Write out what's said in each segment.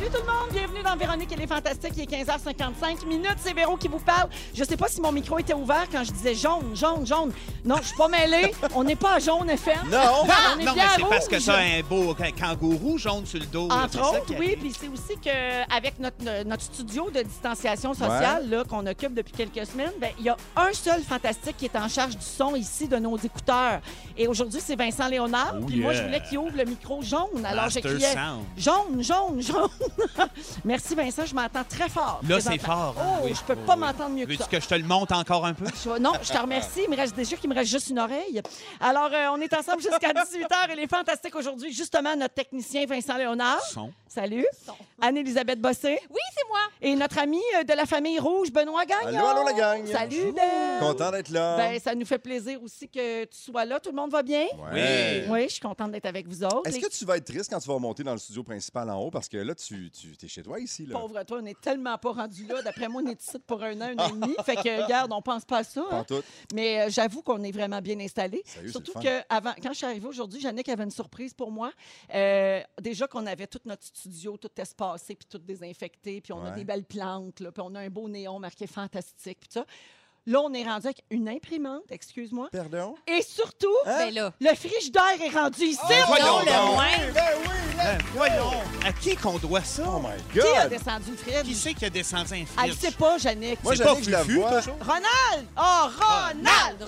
tout le monde, bienvenue dans Véronique et les Fantastiques. Il est 15h55 minutes, c'est Véro qui vous parle. Je sais pas si mon micro était ouvert quand je disais jaune. Non, je suis pas mêlée. On n'est pas à jaune FM. Non! On est Non, bien mais à c'est parce que rouge. ça a un beau kangourou jaune sur le dos. là, c'est Entre ça autres, qui oui. arrive. Puis c'est aussi qu'avec notre studio de distanciation sociale là, qu'on occupe depuis quelques semaines, ben, il y a un seul fantastique qui est en charge du son ici de nos écouteurs. Et aujourd'hui, c'est Vincent Léonard. Oh, Puis moi, je yeah. voulais qu'il ouvre le micro jaune. Alors, je Master criais Sound. jaune. Merci, Vincent. Je m'entends très fort. Là, c'est présentement. fort. hein? Oh, Oui. je peux pas m'entendre mieux que Veux-tu ça. que je te le monte encore un peu? Non, je te remercie. Il me reste déjà qu'il me reste juste une oreille. Alors, on est ensemble jusqu'à 18h et les Fantastiques aujourd'hui. Justement, notre technicien Vincent Léonard. Son. Salut. Anne-Élisabeth Bossé. Oui, c'est moi. Et notre ami de la famille Rouge, Benoît Gagnon. Allô, la gang. Salut, Ben. Content d'être là. Ben, ça nous fait plaisir aussi que tu sois là. Tout le monde va bien? Ouais. Oui, je suis contente d'être avec vous autres. Est-ce Les que tu vas être triste quand tu vas remonter dans le studio principal en haut? Parce que là, tu es chez toi ici. Là. pauvres toi, on n'est tellement pas rendu là. D'après moi, on est ici pour un an et demi. Fait que, regarde, on pense pas à ça. Pas hein. tout. Mais j'avoue qu'on est vraiment bien installés. Sérieux, Surtout c'est le que quand je suis arrivée aujourd'hui, Jannick avait une surprise pour moi. Déjà qu'on avait tout notre studio, tout espacé, puis tout désinfecté, puis on a Ouais. des belles plantes, là, puis on a un beau néon marqué fantastique, puis ça. Là, on est rendu avec une imprimante, excuse-moi. Pardon? Et surtout, Hein? Ben là. le frigidaire est rendu ici. voyons Non, donc. le moins. Ben oui! Voyons. À qui qu'on doit ça? Oh my Qui a God! descendu le fridge? Qui c'est qui a descendu un Elle fridge? le sait pas, Jannick. Moi, C'est j'avais pas que je la Fufu, vois. toujours? Ronald! Oh, Ronald!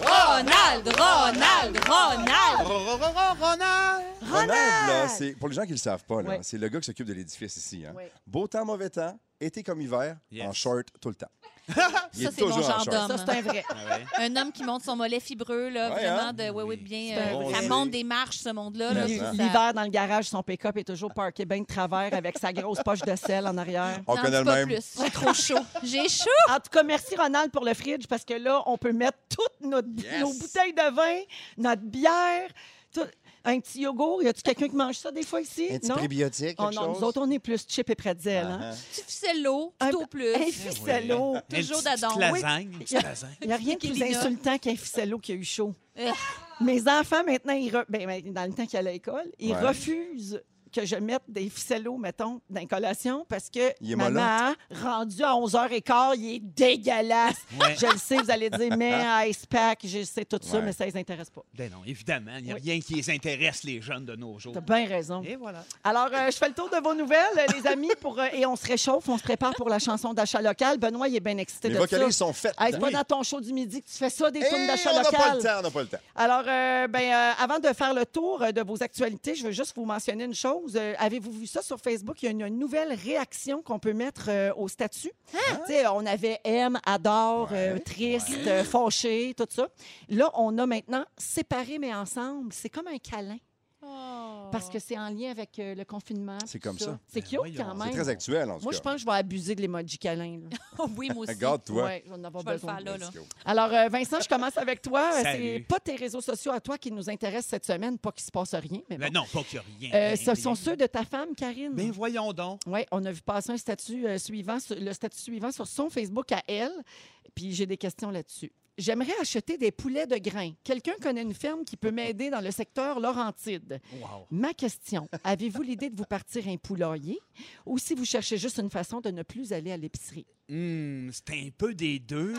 Ronald! Ronald, là, c'est, pour les gens qui ne le savent pas, là, Ouais. c'est le gars qui s'occupe de l'édifice ici. Hein. Ouais. Beau temps, mauvais temps, été comme hiver, Yes. en short tout le temps. Il Ça, est c'est mon toujours en genre short. d'homme. Ça, c'est un vrai. Ah ouais. Un homme qui monte son mollet fibreux, là, Ouais, vraiment, hein? de oui, bien. C'est un bon ça aussi. monte des marches, ce monde-là. Là, Mais ça- L'hiver, dans le garage, son pick-up est toujours parké bien de travers avec sa grosse poche de sel en arrière. On N'en connaît dis le pas même. plus. J'ai trop chaud. J'ai chaud. En tout cas, merci Ronald pour le fridge parce que là, on peut mettre toutes nos bouteilles de vin, notre bière, un petit yogourt. Y a-tu quelqu'un qui mange ça des fois ici? Un petit non? prébiotique, quelque Oh non, chose? nous autres, on est plus chip et pretzel. Hein? Ah, Petit ficello, tout au plus. Un ficello. Une Toujours petite d'Adam. lasagne. Une petite lasagne. Il n'y a rien de plus Kékélina. insultant qu'un ficello qui a eu chaud. Euh. Mes enfants, maintenant, dans le temps qu'ils allaient à l'école, ils Ouais. refusent que je mette des ficellos, mettons, dans les collations parce que Il est maman, rendu à 11h15, il est dégueulasse. Ouais. Je le sais, vous allez dire, mais ice pack, je sais tout ça, Ouais. mais ça les intéresse pas. Ben non, évidemment. Il n'y a Oui. rien qui les intéresse, les jeunes de nos jours. T'as bien raison. Et voilà. Alors, je fais le tour de vos nouvelles, les amis, et on se réchauffe, on se prépare pour la chanson d'achat local. Benoît, il est bien excité Les de ça. vocalises sont faites. Hey, c'est pas Oui. dans ton show du midi que tu fais ça, des Et tunes d'achat on n'a local. pas le temps, on n'a pas le temps. Alors, avant de faire le tour de vos actualités, je veux juste vous mentionner une chose. Avez-vous vu ça sur Facebook? Il y a une nouvelle réaction qu'on peut mettre au statut. Tu sais, on avait aime, adore, triste, fâché, tout ça. Là, on a maintenant séparé mais ensemble. C'est comme un câlin. Parce que c'est en lien avec le confinement. C'est tout comme ça. C'est Ben cute voyons. quand C'est même. très actuel, en tout Moi, cas. je pense que je vais abuser de l'emoji câlin. là. Oh oui, moi aussi. Regarde-toi. Ouais, je vais en avoir Je vais le besoin. faire là. Let's go. Alors, Vincent, je commence avec toi. C'est Salut. pas tes réseaux sociaux à toi qui nous intéressent cette semaine, pas qu'il se passe rien, mais bon. Ben non, pas qu'il n'y a rien. Ce sont ceux de ta femme, Karine. Ben voyons donc. Oui, on a vu passer un statut suivant, le statut suivant sur son Facebook à elle. Puis j'ai des questions là-dessus. J'aimerais acheter des poulets de grains. Quelqu'un connaît une ferme qui peut m'aider dans le secteur Laurentide. Wow. Ma question, avez-vous l'idée de vous partir un poulailler ou si vous cherchez juste une façon de ne plus aller à l'épicerie? C'est un peu des deux,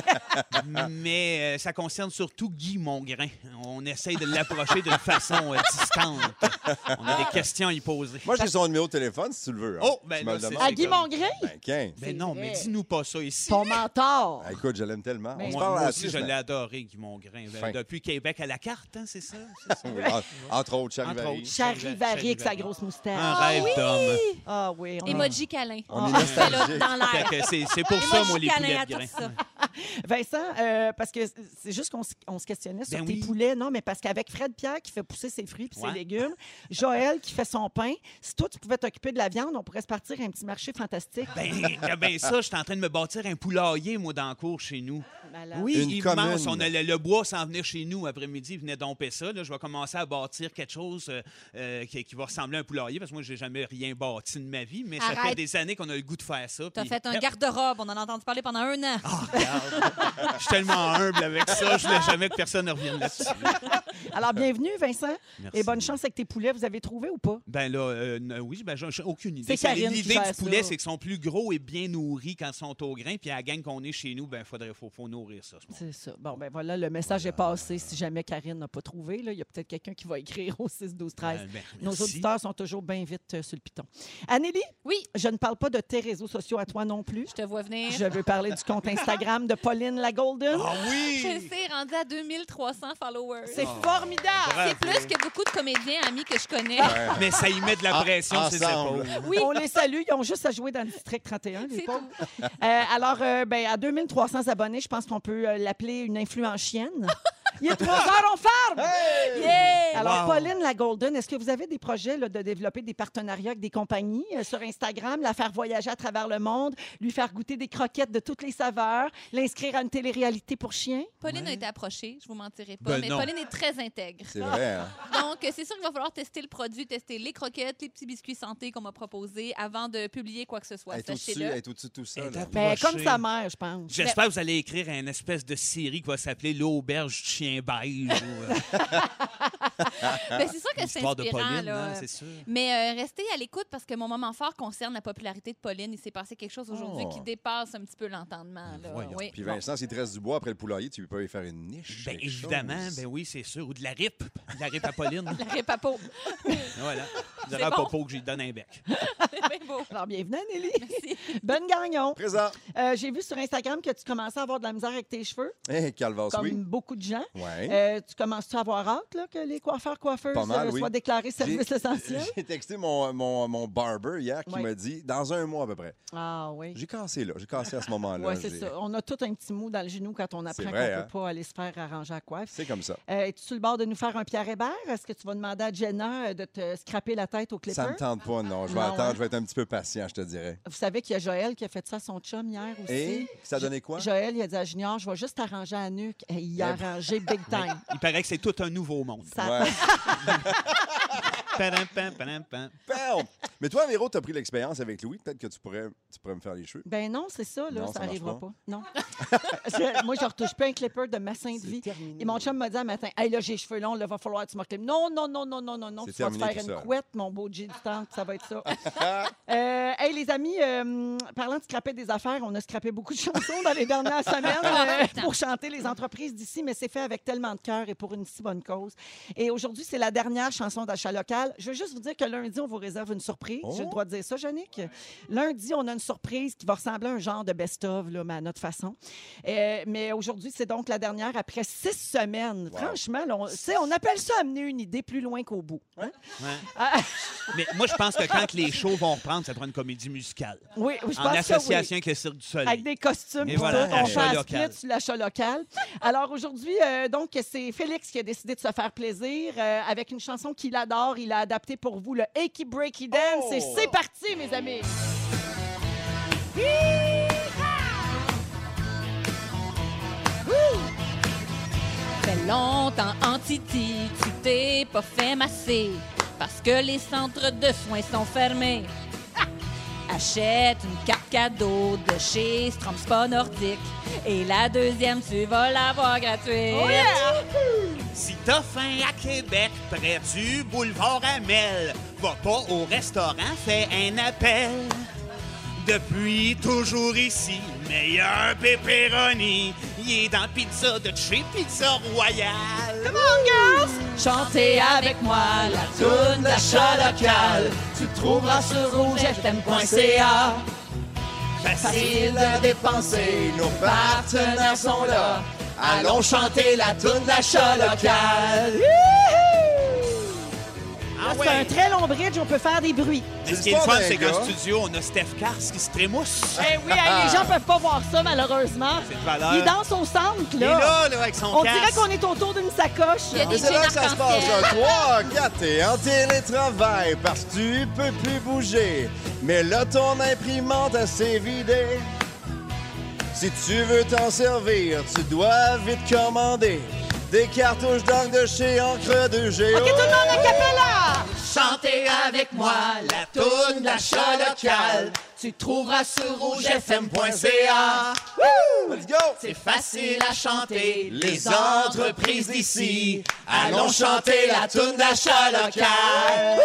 mais ça concerne surtout Guy Mongrain. On essaye de l'approcher d'une façon distante. On a des questions à y poser. Moi, j'ai son numéro de téléphone, si tu le veux. hein. Oh, ben Tu me là, le c'est- demandes. À Guy comme- Mongrain? Ben, 15. Ben non, vrai. mais dis-nous pas ça ici. Ton mentor. Ah, écoute, je l'aime tellement. Ben, On se Moi, parle moi à la aussi, suite, je mais- l'ai adoré, Guy Mongrain. Ben, Fin. depuis Québec à la carte, hein, c'est ça? Oui, entre autres, Charivari. autres. Charivari avec sa grosse moustache. Un rêve d'homme. Ah oui. Emoji câlin. On est Là, nostalgique. dans l'air. Fait que c'est pour ça, moi, les Emoji câlin poulets à de tout grain. ça. Vincent, parce que c'est juste qu'on se questionnait sur Ben tes oui. poulets. Non, mais parce qu'avec Fred Pierre qui fait pousser ses fruits et Ouais. ses légumes, Joël qui fait son pain, si toi, tu pouvais t'occuper de la viande, on pourrait se partir un petit marché fantastique. Ben ça, je suis en train de me bâtir un poulailler, moi, dans le cour chez nous. malade. Oui, Une immense. commune. On a le bois s'en venir chez nous après-midi. Il venait domper ça. Là, je vais commencer à bâtir quelque chose qui va ressembler à un poulailler parce que moi, j'ai jamais rien bâti de ma vie. Mais ça fait Arrête. des années qu'on a le goût de faire ça. T'as puis- fait un garde-robe. On en a entendu parler pendant 1 an. Ah, regarde. Je suis tellement humble avec ça. Je voulais jamais que personne ne revienne là-dessus. Alors, bienvenue, Vincent. Merci. Et bonne chance avec tes poulets. Vous avez trouvé ou pas? Ben là, oui, ben j'ai aucune idée. C'est Karine qui L'idée gère du poulet, ça. c'est qu'ils sont plus gros et bien nourris quand ils sont au grain. Puis à la gang qu'on est chez nous, ben faut nourrir ça. ce moment. C'est ça. Bon, ben voilà, le message est passé. Si jamais Karine n'a pas trouvé, là, il y a peut-être quelqu'un qui va écrire au 6, 12, 13. Ben, Nos merci. auditeurs sont toujours bien vite sur le piton. Anneli, Oui, je ne parle pas de tes réseaux sociaux à toi non plus. je te vois venir. Je veux parler du compte Instagram de Pauline la Golden. Ah oui! Je sais, rendu à 2300 followers. C'est formidable! Bravo. C'est plus que beaucoup de comédiens amis que je connais. Mais ça y met de la pression sur ses ensemble. épaules. Oui, On les salue. Ils ont juste à jouer dans le district 31, les c'est pauvres. tout. Alors, ben, à 2300 abonnés, je pense qu'on peut l'appeler une influencienne. Il est 3 heures, on ferme! Yeah! Alors, Wow. Pauline la Golden, est-ce que vous avez des projets là, de développer des partenariats avec des compagnies sur Instagram, la faire voyager à travers le monde, lui faire goûter des croquettes de toutes les saveurs, l'inscrire à une télé-réalité pour chiens? Pauline a été approchée, je vous mentirai pas, Ben mais non. Pauline est très intègre. C'est vrai, hein? Donc, c'est sûr qu'il va falloir tester le produit, tester les croquettes, les petits biscuits santé qu'on m'a proposés avant de publier quoi que ce soit. Elle est au-dessus, Sachez-le. elle est au-dessus de tout ça. Elle est là. Ben, Approché. comme sa mère, je pense. J'espère que vous allez écrire une espèce de série qui va s'appeler L'auberge du chien beige. Ben, c'est sûr que c'est L'histoire de inspirant. Pauline, là. hein, c'est sûr. Mais restez à l'écoute parce que mon moment fort concerne la popularité de Pauline. Il s'est passé quelque chose aujourd'hui Oh. qui dépasse un petit peu l'entendement. là. Voyons. Oui. Puis Bon. Vincent, s'il te reste du bois après le poulailler, tu peux y faire une niche. Ben, quelque évidemment, chose. ben oui, c'est sûr. Ou de la rip. De la rip à Pauline. La répapo. Voilà. De C'est la bon. popo que j'ai donne un bec. C'est bien beau. Alors, bienvenue, Anneli. Merci. Bonne Gagnon. Présent. J'ai vu sur Instagram que tu commençais à avoir de la misère avec tes cheveux, Hé, Calvas, comme oui. beaucoup de gens. Ouais. Tu commences-tu à avoir hâte là, que les coiffeurs-coiffeuses Pas mal, oui. soient déclarés service essentiel? J'ai texté mon barber hier qui Ouais. m'a dit dans un mois à peu près. Ah oui. J'ai cassé là. J'ai cassé à ce moment-là. Oui, c'est J'ai- ça. On a tout un petit mou dans le genou quand on apprend qu'on vrai, ne hein? peut pas aller se faire arranger la coiffe. C'est comme ça. Es-tu sur le bord de nous faire un Pierre Hébert? Est-ce que tu vas demander à Jenna de te scraper la tête au clipper? Ça me tente pas, non. Je vais Non, attendre. hein? Je vais être un petit peu patient, je te dirais. Vous savez qu'il y a Joël qui a fait ça à son chum hier aussi. Et ça a donné quoi? Joël, il a dit à Junior, je vais juste arranger la nuque. Et il a Eh ben. arrangé big time. Il paraît que c'est tout un nouveau monde. Ça- Ouais. Padam, pam, padam, pam. Pow! Mais toi, Véro, tu as pris l'expérience avec Louis. Peut-être que tu pourrais me faire les cheveux. Ben non, c'est ça, là, Non, ça ça marche n'arrivera pas. pas. Non. Moi, je ne retouche pas un clipper de ma sainte vie. terminé. Et mon chum m'a dit un matin, hey, là, j'ai les cheveux longs, là, va falloir que tu me clippes. Non, non, non, non, non, non, non. C'est Tu vas te terminé faire tout une seul. couette, mon beau G du temps, puis ça va être ça. Hey, les amis, parlant de scraper des affaires, on a scrapé beaucoup de chansons dans les dernières semaines pour chanter les entreprises d'ici, mais c'est fait avec tellement de cœur et pour une si bonne cause. Et aujourd'hui, c'est la dernière chanson d'achat local. Je veux juste vous dire que lundi, on vous réserve une surprise. Oh. J'ai le droit de dire ça, Yannick. Lundi, on a une surprise qui va ressembler à un genre de best-of, là, mais à notre façon. Mais aujourd'hui, c'est donc la dernière après 6 semaines. Wow. Franchement, là, on appelle ça amener une idée plus loin qu'au bout. Hein? Ouais. Ah, Mais moi, je pense que quand les shows vont reprendre, ça prend une comédie musicale. oui, je pense En que oui. association avec le Cirque du Soleil. Avec des costumes, Et pis voilà, tout. On l'achat fait un local. split sur l'achat local. Alors aujourd'hui, donc, c'est Félix qui a décidé de se faire plaisir avec une chanson qu'il adore. Il a adapté pour vous le Achy Breaky Dance. Oh! Et c'est parti, mes amis! Fait longtemps, Antiti, tu t'es pas fait masser parce que les centres de soins sont fermés. Achète une carte cadeau de chez Strom Spa Nordique et la deuxième, tu vas l'avoir gratuite. Oh yeah! Si t'as faim à Québec, près du boulevard Amel, va pas au restaurant, fais un appel. Depuis toujours ici, meilleur pepperoni, il est dans Pizza de chez Pizza Royale. Come on, girls! Chantez avec moi la toune d'achat local. Tu trouveras sur rougefm.ca. Facile de dépenser, nos partenaires sont là. Allons chanter la toune d'achat local. Ah C'est un ouais. très long bridge, on peut faire des bruits. Mais ce C'est qui est le pas fun, d'un c'est qu'en gars. studio, on a Steph Cars qui se trémousse. Eh oui, hey, les gens peuvent pas voir ça, malheureusement. C'est de valeur. Il danse au centre, Il est là. là, avec son On casque. dirait qu'on est autour d'une sacoche. Il y a Mais des c'est là que ça se passe, arc-en-ciel. là. 3, 4, t'es en télétravail parce que tu peux plus bouger. Mais là, ton imprimante, elle s'est vidée. Si tu veux t'en servir, tu dois vite commander des cartouches d'encre de chez Encre de Géo. OK, tout le monde à capella! Chantez avec moi la toune d'achat local. Tu trouveras sur rougefm.ca. Let's go! C'est facile à chanter, les entreprises d'ici. Allons chanter la toune d'achat local.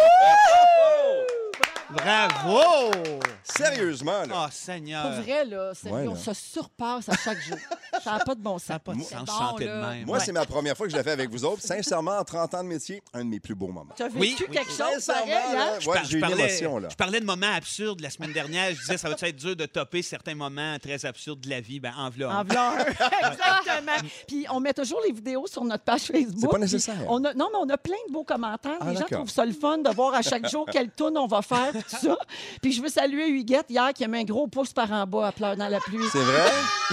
Bravo! Sérieusement, là. Oh, Seigneur. Pour vrai, là, sérieux, Ouais, là. on se surpasse à chaque jour. Ça n'a pas de bon Ça sens. n'a pas de Moi- sens bon, chanter là. de même. Moi, Ouais. c'est ma première fois que je l'ai fait avec vous autres. Sincèrement, en 30 ans de métier, un de mes plus beaux moments. Tu as vécu Oui, oui. quelque chose Sincèrement, pareil, là, hein? ouais, j'ai une émotion, là. Je parlais de moments absurdes la semaine dernière. Je disais, ça va être dur de topper certains moments très absurdes de la vie. Ben, en v'là un. En v'là un. Exactement. Puis on met toujours les vidéos sur notre page Facebook. C'est pas Puis nécessaire. Non, mais on a plein de beaux commentaires. Ah, Les gens d'accord. trouvent ça le fun de voir à chaque jour quelle toune on va faire, puis tout ça. Puis je veux saluer Huguette hier qui a mis un gros pouce par en bas à pleurer dans la pluie. C'est vrai?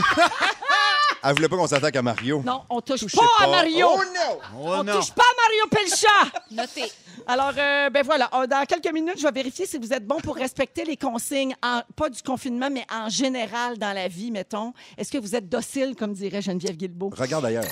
Elle voulait pas qu'on s'attaque à Mario. Non, on touche Touchez pas à Mario. Oh non! Oh On non! touche pas à Mario Pelcha. Noté. Alors, ben voilà, dans quelques minutes, je vais vérifier si vous êtes bon pour respecter les consignes, pas du confinement, mais en général dans la vie, mettons. Est-ce que vous êtes docile, comme dirait Geneviève Guilbeault? Regarde ailleurs.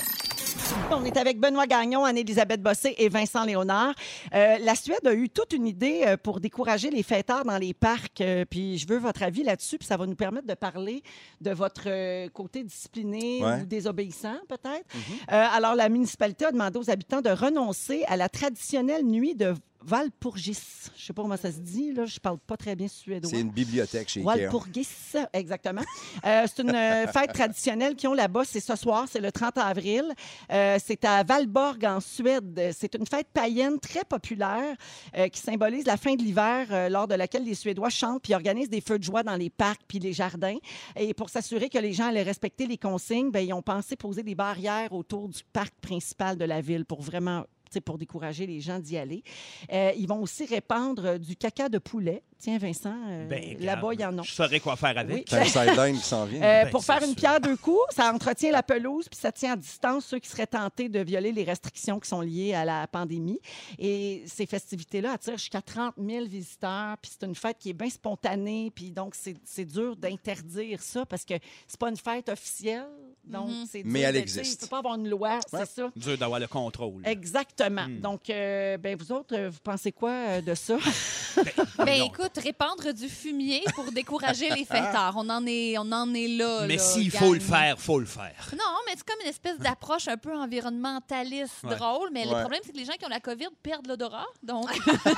On est avec Benoît Gagnon, Anne-Élisabeth Bossé et Vincent Léonard. La Suède a eu toute une idée pour décourager les fêtards dans les parcs. Puis je veux votre avis là-dessus, puis ça va nous permettre de parler de votre côté discipliné Ouais. ou désobéissant, peut-être. Alors, la municipalité a demandé aux habitants de renoncer à la traditionnelle nuit de Walpurgis. Je ne sais pas comment ça se dit, là. Je ne parle pas très bien suédois. C'est une bibliothèque chez Ikea. Walpurgis, exactement. C'est une fête traditionnelle qu'ils ont là-bas. C'est ce soir, c'est le 30 avril. C'est à Valborg, en Suède. C'est une fête païenne très populaire qui symbolise la fin de l'hiver, lors de laquelle les Suédois chantent puis organisent des feux de joie dans les parcs puis les jardins. Et pour s'assurer que les gens allaient respecter les consignes, bien, ils ont pensé poser des barrières autour du parc principal de la ville pour vraiment... pour décourager les gens d'y aller. Ils vont aussi répandre du caca de poulet. Tiens, Vincent, Ben, là-bas, il y en a. Je saurais quoi faire avec. Oui. C'est un sideline qui s'en vient. Ben, Pour c'est faire une sûr. pierre deux coups, ça entretient la pelouse puis ça tient à distance ceux qui seraient tentés de violer les restrictions qui sont liées à la pandémie. Et ces festivités-là attirent jusqu'à 30 000 visiteurs. Puis c'est une fête qui est bien spontanée. Puis donc, c'est dur d'interdire ça parce que c'est pas une fête officielle. Donc, c'est dur Mais elle de- existe. Il ne peut pas avoir une loi, Ouais. c'est ça. Dur d'avoir le contrôle. Exactement. Donc, ben, vous autres, vous pensez quoi de ça? Ben Non. écoute, répandre du fumier pour décourager les fêtards. On en est là. Mais là, s'il gang. faut le faire, faut le faire. Non, mais c'est comme une espèce d'approche un peu environnementaliste Ouais. drôle. Mais Ouais. le problème, c'est que les gens qui ont la COVID perdent l'odorat. Donc,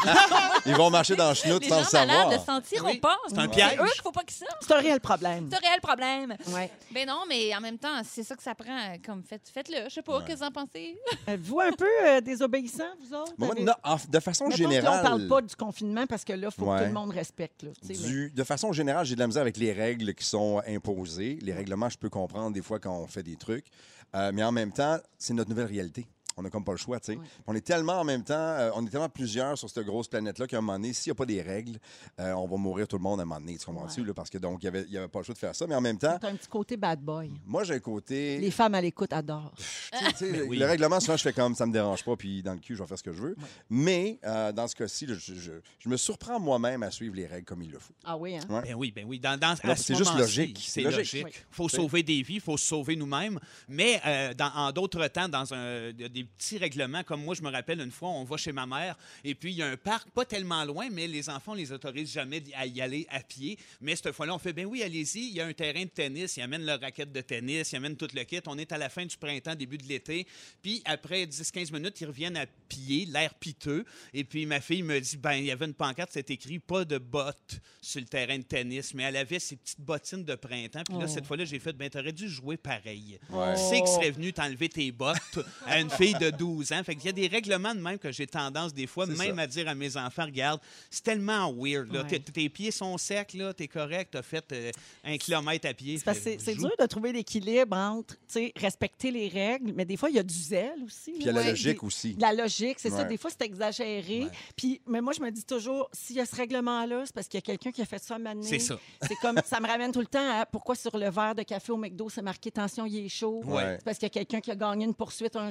Ils vont marcher dans le chenoute les sans gens le malades ne savoir. sentiront Oui, pas. c'est un C'est piège. eux qu'il faut pas qu'ils sortent. C'est un réel problème. C'est un réel problème. Ouais. Ben non, mais en même temps, c'est ça que ça prend. Comme faites-le. Je sais pas, qu'est-ce que vous en pensez? Êtes-vous un peu désobéissants, vous autres? Moi, Avez- non, de façon Mettons que là, générale... on parle pas du confinement parce que là, il faut que Ouais. tout le monde respecte. Là, tu sais, mais- De façon générale, j'ai de la misère avec les règles qui sont imposées. Les règlements, je peux comprendre des fois quand on fait des trucs. Mais en même temps, c'est notre nouvelle réalité. On n'a comme pas le choix, tu sais. Ouais. On est tellement en même temps, on est tellement plusieurs sur cette grosse planète-là qu'à un moment donné, s'il n'y a pas des règles, on va mourir tout le monde à un moment donné. Tu comprends-tu? Ouais. Là, parce que donc, il n'y avait pas le choix de faire ça. Mais en même temps, T'as un petit côté bad boy. moi, j'ai un côté. Les femmes à l'écoute adorent. Tu sais, Ben oui. Le règlement, souvent, je fais comme ça me dérange pas, puis dans le cul, je vais faire ce que je veux. Mais dans ce cas-ci, là, je me surprends moi-même à suivre les règles comme il le faut. Ah oui, hein? Ouais. Ben oui, ben oui. À Non, ce c'est juste moment-ci, logique. C'est C'est logique. logique. Il faut sauver des vies, il faut se sauver nous-mêmes. Mais en d'autres temps, dans des petits règlements, comme moi, je me rappelle une fois, on va chez ma mère et puis il y a un parc pas tellement loin, mais les enfants, on les autorise jamais à y aller à pied. Mais cette fois-là, on fait, ben oui, allez-y, il y a un terrain de tennis, ils amènent leur raquette de tennis, ils amènent tout le kit. On est à la fin du printemps, début de l'été. Puis après 10-15 minutes, ils reviennent à pied, l'air piteux. Et puis ma fille me dit, ben il y avait une pancarte, c'est écrit, pas de bottes sur le terrain de tennis, mais elle avait ses petites bottines de printemps. Puis là, cette fois-là, j'ai fait, ben t'aurais dû jouer pareil. Ouais. Qui c'est qui serait venu t'enlever tes bottes à une fille de 12 ans? Fait qu'il y a des règlements de même que j'ai tendance des fois, C'est même ça. à dire à mes enfants, regarde, c'est tellement weird. Là. Ouais. Tes pieds sont secs, là, t'es correct, t'as fait 1 kilomètre à pied. C'est parce que Fait, c'est joue. dur de trouver l'équilibre entre, tu sais, respecter les règles, mais des fois, il y a du zèle aussi. Puis il y a la Ouais. logique aussi. La logique, c'est ça. Ouais. Des fois, c'est exagéré. Ouais. Puis, mais moi, je me dis toujours, s'il y a ce règlement-là, c'est parce qu'il y a quelqu'un qui a fait ça à un moment donné. C'est ça. C'est comme, ça me ramène tout le temps à pourquoi sur le verre de café au McDo, c'est marqué « Attention, il est chaud Ouais. C'est parce qu'il y a quelqu'un qui a gagné une poursuite un jour Il y a pour un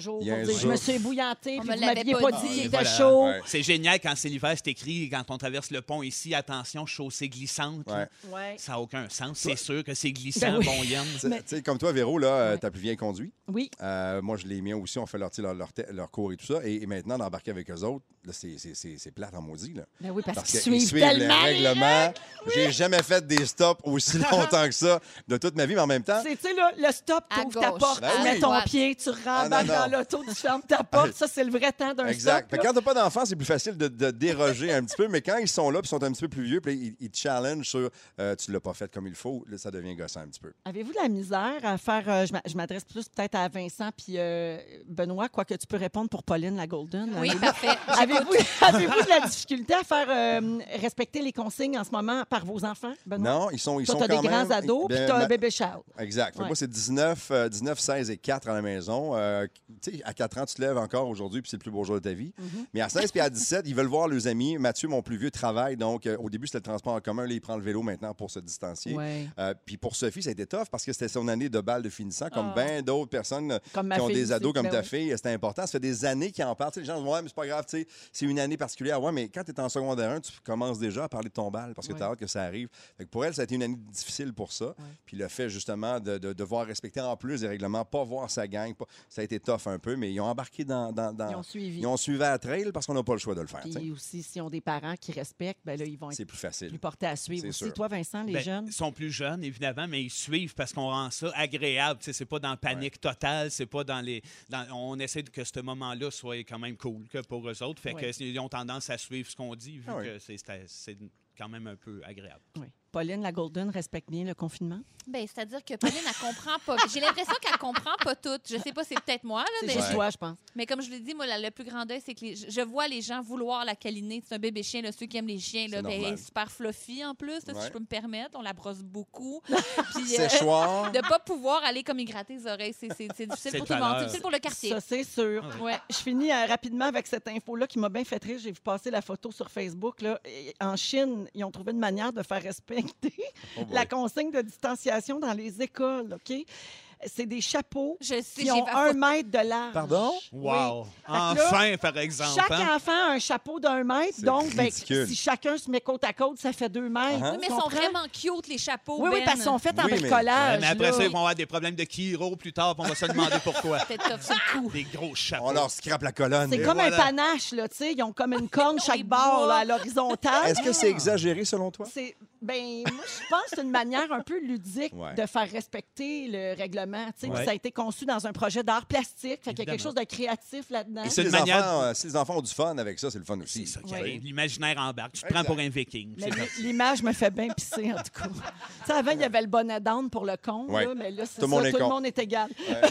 dire. Je me suis ébouillantée, On puis me vous l'avait m'aviez pas pas dit. dit qu'il Et était voilà. chaud. Ouais. C'est génial quand c'est l'hiver, c'est écrit, quand on traverse le pont ici, attention, chaussée glissante. là. Ouais. Ouais. Ça n'a aucun sens. C'est sûr que c'est glissant, Ben oui. bon Yann. Tu sais, comme toi, Véro, là, Ouais. ta plus vieille conduit. Oui. Moi, je les miens aussi. On fait leur cours et tout ça. Et maintenant, d'embarquer avec eux autres, là, c'est plate en maudit. Là. Ben oui, parce qu'ils qu'ils suivent les tellement. règlements. J'ai jamais fait des stops aussi longtemps que ça de toute ma vie, mais en même temps, C'est, tu sais, là, le stop, À t'ouvres ta gauche. porte, Ben tu oui. mets ton droite. pied, tu rembarques non. dans l'auto, tu fermes ta porte. Ça, c'est le vrai temps d'un exact. stop. Fait là. que quand t'as pas d'enfants, c'est plus facile de déroger un petit peu, mais quand ils sont là puis sont un petit peu plus vieux, puis là, ils te challenge sur tu l'as pas fait comme il faut, là, ça devient gossant un petit peu. Avez-vous de la misère à faire... je m'adresse plus peut-être à Vincent puis Benoît, quoique tu peux répondre pour Pauline, la Golden. Oui, Avez-vous- parfait. Avez-vous de la difficulté à faire respecter les consignes en ce moment par vos enfants, Benoît? Non, ils sont Toi, quand t'as des même... grands ados, puis Ben, t'as un bébé child. Exact. Fait que Ouais. moi, c'est 19, 16 et 4 à la maison. Tu sais, à 4 ans, tu te lèves encore aujourd'hui, puis c'est le plus beau jour de ta vie. Mais à 16 puis à 17, ils veulent voir leurs amis. Mathieu, mon plus vieux, travaille. Donc, au début, c'était le transport en commun. Là, il prend le vélo maintenant pour se distancier. Ouais. Puis pour Sophie, ça a été tough parce que c'était son année de balle de finissant, comme Ah. bien d'autres personnes Comme ma qui ont fille des ados aussi, comme ben ta oui. fille. C'était important. Ça fait des années qu'ils en parlent. Tu sais, les gens disent, ouais, mais c'est pas grave, tu sais, c'est une année particulière. Ouais, mais quand tu es en secondaire 1, tu commences déjà à parler de ton bal parce que Ouais. tu as hâte que ça arrive. Fait que pour elle, ça a été une année difficile pour ça. Puis le fait, justement, de devoir respecter en plus les règlements, pas voir sa gang, ça a été tough un peu, mais ils ont embarqué dans Ils ont suivi. Ils ont suivi à la trail parce qu'on n'a pas le choix de le faire. tu sais. Puis aussi, s'ils ont des parents qui respectent, ben là, ils vont être C'est plus facile. plus portés à suivre C'est aussi. sûr. Toi, Vincent, les Ben, jeunes? Ils sont plus jeunes, évidemment, mais ils suivent parce qu'on rend ça agréable. Tu sais, c'est pas dans la panique totale, c'est pas dans les. On essaie que ce moment-là soit quand même cool que pour eux autres. Fait Ouais. qu'ils ont tendance à suivre ce qu'on dit, vu Ah oui. que c'est quand même un peu agréable. Oui. Pauline, la Golden, respecte bien le confinement? Ben, c'est-à-dire que Pauline, elle comprend pas. J'ai l'impression qu'elle comprend pas tout. Je sais pas, c'est peut-être moi, là, C'est mais, juste toi, je pense. mais comme je l'ai dit, moi, le plus grand deuil, c'est que je vois les gens vouloir la câliner. C'est un bébé chien, là, ceux qui aiment les chiens. Là, C'est ben, elle normal. est super fluffy en plus, là, Ouais. si je peux me permettre. On la brosse beaucoup. Puis, Séchoir. de pas pouvoir aller comme y gratter les oreilles, c'est difficile C'est pour tout le monde. valeur. C'est difficile pour le quartier. Ça, c'est sûr. Ouais. Je finis rapidement avec cette info-là qui m'a bien fait rire. J'ai vu passer la photo sur Facebook. Là. Et en Chine, ils ont trouvé une manière de faire respecter Oh boy. la consigne de distanciation dans les écoles, OK? C'est des chapeaux Je sais, qui j'ai ont fait 1 mètre de large. Pardon? Wow! Fait que là, Enfin, par exemple. Chaque hein? enfant a un chapeau d'1 mètre. C'est Donc, ben, ridicule. si chacun se met côte à côte, ça fait 2 mètres. Uh-huh. Oui, mais Tu ils sont comprends? vraiment cute, les chapeaux. Oui, oui, Ben. parce qu'ils sont faits en Oui, mais- bricolage. Mais après là. ça, ils vont avoir des problèmes de chiro plus tard, puis on va se demander pourquoi. Peut-être tough sur le coup. Des gros chapeaux. On leur scrape la colonne. C'est Et comme voilà. un panache, là, tu sais. Ils ont comme une corne Ils chaque bord boivent. là, à l'horizontale. Est-ce que c'est exagéré selon toi? C'est, ben, moi, je pense que c'est une manière un peu ludique Ouais. de faire respecter le règlement. Tu sais, puis Ouais. ça a été conçu dans un projet d'art plastique. Fait qu'il y a quelque Évidemment. chose de créatif là-dedans. Et Si c'est les, une manière- enfants, si les enfants ont du fun avec ça, c'est le fun aussi. C'est ça qui Ouais. arrive. L'imaginaire embarque. Tu te Exact. prends pour un viking. Mais C'est parti. l'image me fait bien pisser, en tout cas. Tu sais, avant, il y avait le bonnet d'âne pour le con, Ouais. là, mais là, c'est Tout le monde est tout le con. monde est égal.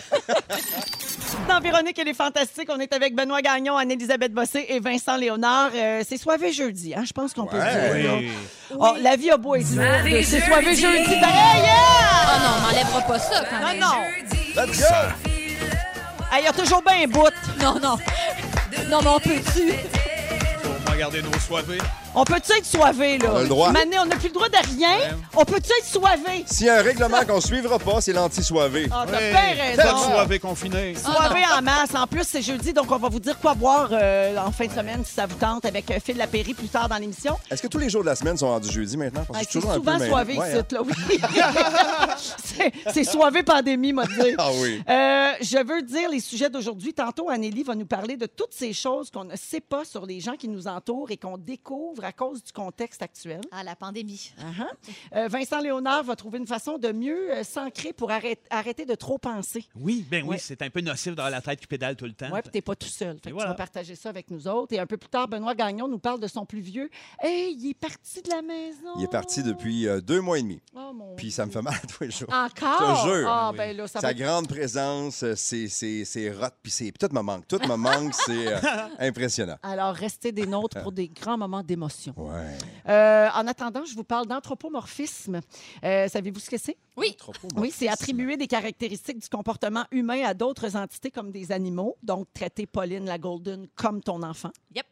Dans Véronique, elle est fantastique. On est avec Benoît Gagnon, Anne-Élisabeth Bossé et Vincent Léonard. C'est soivé jeudi, hein, je pense qu'on peut le Ouais. dire. là. Oui. Oh, la vie a beau être lourde. C'est soivé jeudi. Ben, hey, yeah! Oh non, on m'enlèvera pas ça quand même. Non, non. Let's go! Hey, il y a toujours bien un bout. Non, non. Non, mais on peut-tu? On va regarder nos soivés. On peut-tu être soivé, là? On a le droit. Mané, on n'a plus le droit de rien. Ouais. On peut-tu être soivé? S'il y a un règlement qu'on ne suivra pas, c'est l'anti-soivé. Ah, t'as Oui. bien Pas de raison. soivés confinés. Soivé en masse. En plus, c'est jeudi, donc on va vous dire quoi boire en fin de semaine, si ça vous tente, avec Phil Lapéry plus tard dans l'émission. Est-ce que tous les jours de la semaine sont rendus jeudi maintenant? Parce Ah, que je c'est suis toujours un souvent peu soivé mêlé. ici, là, oui. c'est soivé pandémie, m'a dit. Ah oui. Je veux dire les sujets d'aujourd'hui. Tantôt, Anneli va nous parler de toutes ces choses qu'on ne sait pas sur les gens qui nous entourent et qu'on découvre à cause du contexte actuel. Ah, la pandémie. Vincent Léonard va trouver une façon de mieux s'ancrer pour arrêter de trop penser. Oui, ben oui, Ouais. c'est un peu nocif d'avoir la tête qui pédale tout le temps. Oui, puis t'es pas tout seul. Fait que voilà. tu vas partager ça avec nous autres. Et un peu plus tard, Benoît Gagnon nous parle de son plus vieux. Hey, il est parti de la maison. Il est parti depuis 2 mois et demi. Oh, mon Puis ça me Dieu. fait mal tous les jours. Encore? Je te jure. Ah, Oui. ben là, ça Sa va. grande présence, c'est rot, puis c'est... Tout me manque. Tout me manque, c'est impressionnant. Alors, restez des nôtres pour des grands moments d'émotion. Ouais. En attendant, je vous parle d'anthropomorphisme. Savez-vous ce que c'est? Oui. Oui, c'est attribuer des caractéristiques du comportement humain à d'autres entités comme des animaux. Donc, traiter Pauline la Golden comme ton enfant. Yep.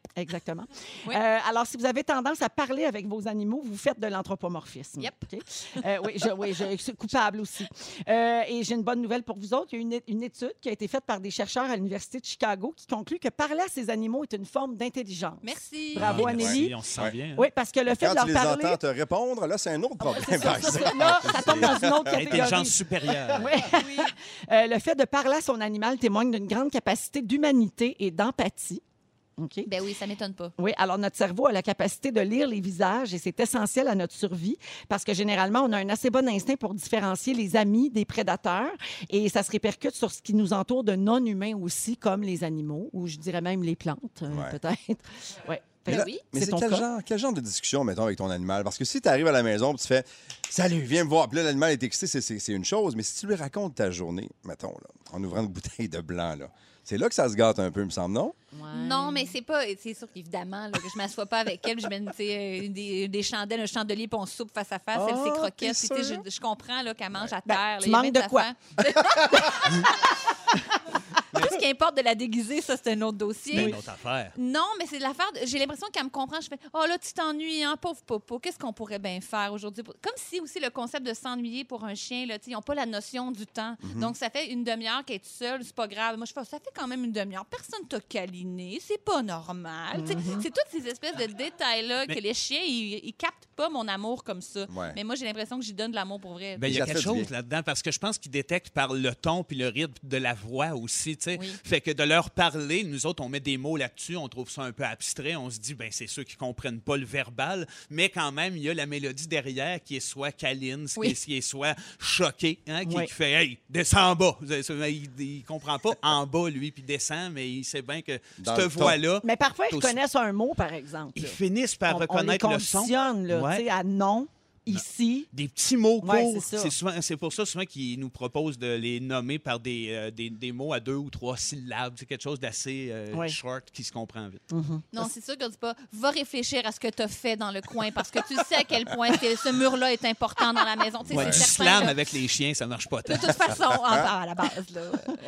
Exactement. Oui. Alors, si vous avez tendance à parler avec vos animaux, vous faites de l'anthropomorphisme. Yep. OK? Oui, je suis coupable aussi. Et j'ai une bonne nouvelle pour vous autres. Il y a une étude qui a été faite par des chercheurs à l'Université de Chicago qui conclut que parler à ses animaux est une forme d'intelligence. Merci. Bravo, Ah, Anneli. merci, on se sent bien. hein. Oui, parce que le fait Quand de leur tu les parler... entends te répondre, là, c'est un autre problème. par exemple. Là, ça tombe dans une autre catégorie. Intelligence supérieure. Oui. Le fait de parler à son animal témoigne d'une grande capacité d'humanité et d'empathie. OK? Ben oui, ça m'étonne pas. Oui, alors notre cerveau a la capacité de lire les visages et c'est essentiel à notre survie parce que généralement, on a un assez bon instinct pour différencier les amis des prédateurs et ça se répercute sur ce qui nous entoure de non-humains aussi, comme les animaux ou je dirais même les plantes, Ouais. peut-être. Oui. Mais, là, oui. mais C'est c'est ton cas? quel genre de discussion, mettons, avec ton animal? Parce que si tu arrives à la maison et tu fais « Salut, viens me voir », puis là, l'animal est excité, c'est une chose. Mais si tu lui racontes ta journée, mettons, là, en ouvrant une bouteille de blanc, là, c'est là que ça se gâte un peu, il me semble, non? Non, mais c'est pas. C'est sûr qu'évidemment, là, que je m'assois pas avec elle, je mets des chandelles, un chandelier, puis on soupe face à face. Elle, Ah, c'est t'es croquettes. Puis, tu sais, sûre? je comprends là, qu'elle mange à Ben, terre. tu là, il y a manques bien de des quoi? affaires. Tout ce qui importe de la déguiser, ça, c'est un autre dossier. C'est une autre affaire. Non, mais c'est de l'affaire. J'ai l'impression qu'elle me comprend. Je fais oh là, tu t'ennuies, hein, pauvre popo. Qu'est-ce qu'on pourrait bien faire aujourd'hui? Comme si aussi le concept de s'ennuyer pour un chien, là, ils n'ont pas la notion du temps. Donc, ça fait une demi-heure qu'elle est toute seule, c'est pas grave. Moi, je fais ça fait quand même une demi-heure. Personne t'a câliné, c'est pas normal. Tu sais, c'est toutes ces espèces de détails-là Mais- que les chiens, ils captent pas mon amour comme ça. Ouais. Mais moi, j'ai l'impression que j'y donne de l'amour pour vrai. Ben, il y a Ça te quelque fait du chose bien. là-dedans parce que je pense qu'ils détectent par le ton puis le rythme de la voix aussi, tu sais. Oui. Fait que de leur parler, nous autres, on met des mots là-dessus, on trouve ça un peu abstrait, on se dit, ben c'est ceux qui comprennent pas le verbal, mais quand même, il y a la mélodie derrière qui est soit câline, Oui. qui est soit choquée, hein, Oui. qui fait, hey, descends en bas. Il comprend pas en bas, lui, puis descend, mais il sait bien que Dans cette le ton. voix-là, Mais parfois, ils Aussi. connaissent un mot, par exemple. ils là. finissent par On les reconnaître le son. conditionne, là, Ouais. tu sais, à non, ici. Des petits mots Ouais, courts. c'est ça. C'est pour ça souvent qu'ils nous proposent de les nommer par des mots à 2 ou 3 syllabes. C'est quelque chose d'assez Ouais. short qui se comprend vite. Non, c'est sûr qu'on dit pas va réfléchir à ce que tu as fait dans le coin parce que tu sais à quel point ce mur-là est important dans la maison. Tu sais, Ouais, c'est du certain, slam là. avec les chiens, ça marche pas tant. De toute façon, à la base. Là.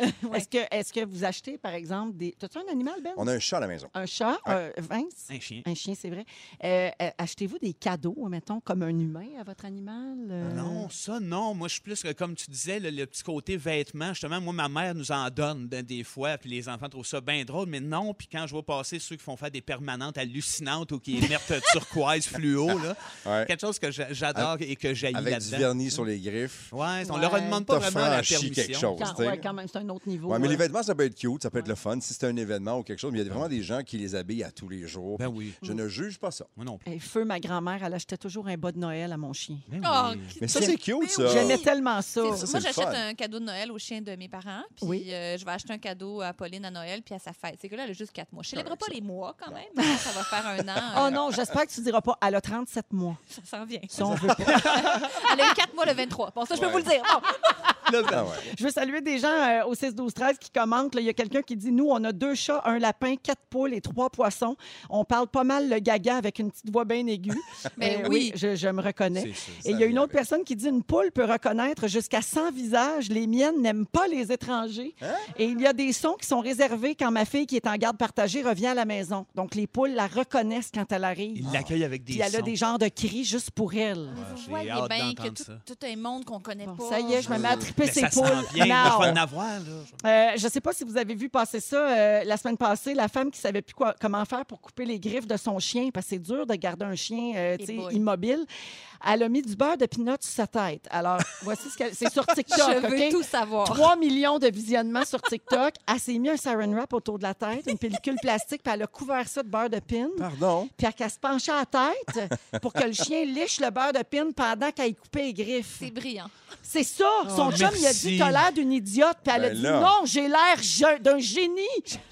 Est-ce que vous achetez, par exemple, des... T'as-tu un animal, Ben? On a un chat à la maison. Un chat, Vince? Un chien. Un chien, c'est vrai. Achetez-vous des cadeaux, mettons, comme un humain à votre animal? Non, ça, non. Moi, je suis plus, comme tu disais, le petit côté vêtements. Justement, moi, ma mère nous en donne des fois, puis les enfants trouvent ça bien drôle, mais non. Puis quand je vois passer ceux qui font faire des permanentes hallucinantes ou qui émettent turquoise fluo, là, Ouais. quelque chose que j'adore et que j'haïs Avec du là-dedans. vernis sur les griffes. Ouais, on Ouais. leur demande pas T'as vraiment la franchi permission. quelque chose. tu sais. Ouais, quand même, c'est un autre niveau. Ouais, mais les là. vêtements, ça peut être cute, ça peut être le fun si c'est un événement ou quelque chose. Mais il y a vraiment des gens qui les habillent à tous les jours. Ben oui. Je ne juge pas ça. Moi non plus. Et feu, ma grand-mère, elle achetait toujours un bas de Noël à mon chien. Ben Oh, oui. Mais ça, c'est cute, ça. J'aimais tellement ça. Ça, c'est Moi, le j'achète fun. un cadeau de Noël au chien de mes parents, puis Oui. je vais acheter un cadeau à Pauline à Noël, puis à sa fête. C'est que là, elle a juste 4 mois. Je célèbre Correct, pas ça. les mois quand même. mais ça va faire un an. Oh non, j'espère que tu diras pas. Elle a 37 mois. Ça s'en vient. Si on veut pas. Elle a eu 4 mois le 23. Bon, ça, je peux Ouais. vous le dire. Bon. Ah ouais. Je veux saluer des gens au 6-12-13 qui commentent. là. Il y a quelqu'un qui dit, nous, on a 2 chats, un lapin, 4 poules et 3 poissons. On parle pas mal le gaga avec une petite voix bien aiguë. Ben oui. je me reconnais. C'est ça. Et il y a une vient autre personne qui dit, une poule peut reconnaître jusqu'à 100 visages. Les miennes n'aiment pas les étrangers. Hein? Et il y a des sons qui sont réservés quand ma fille, qui est en garde partagée, revient à la maison. Donc, les poules la reconnaissent quand elle arrive. Il l'accueille avec des Puis elle a sons. des genres de cris juste pour elle. Vous j'ai voyez hâte bien que d'entendre ça. tout un monde qu'on connaît Bon, pas. ça y est, je me mets à triper Mais ces ça poules. s'en vient, il Now. faut en avoir, là. Je ne sais pas si vous avez vu passer ça la semaine passée, la femme qui ne savait plus comment faire pour couper les griffes de son chien, parce que c'est dur de garder un chien tu sais, boy. immobile. Elle a mis du beurre de pinot sur sa tête. Alors, voici ce qu'elle... C'est sur TikTok, Je veux OK? tout savoir. 3 millions de visionnements sur TikTok. Elle s'est mis un saran wrap autour de la tête, une pellicule plastique, puis elle a couvert ça de beurre de pin. Pardon? Puis elle se penchait à la tête pour que le chien liche le beurre de pin pendant qu'elle coupait les griffes. C'est brillant. C'est ça. Son chum, il a merci. dit, t'as l'air d'une idiote. Puis elle a Ben dit, là. non, j'ai l'air d'un génie.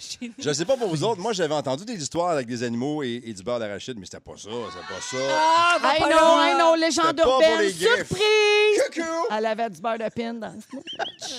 Je sais pas pour vous autres. Moi, j'avais entendu des histoires avec des animaux et du beurre d'arachide, mais c'était pas ça. C'est pas ça. Ah, Hey non, légende C'était pas pour urbaine, les griffes. surprise! Coucou! Elle avait du beurre de pin dans le slip.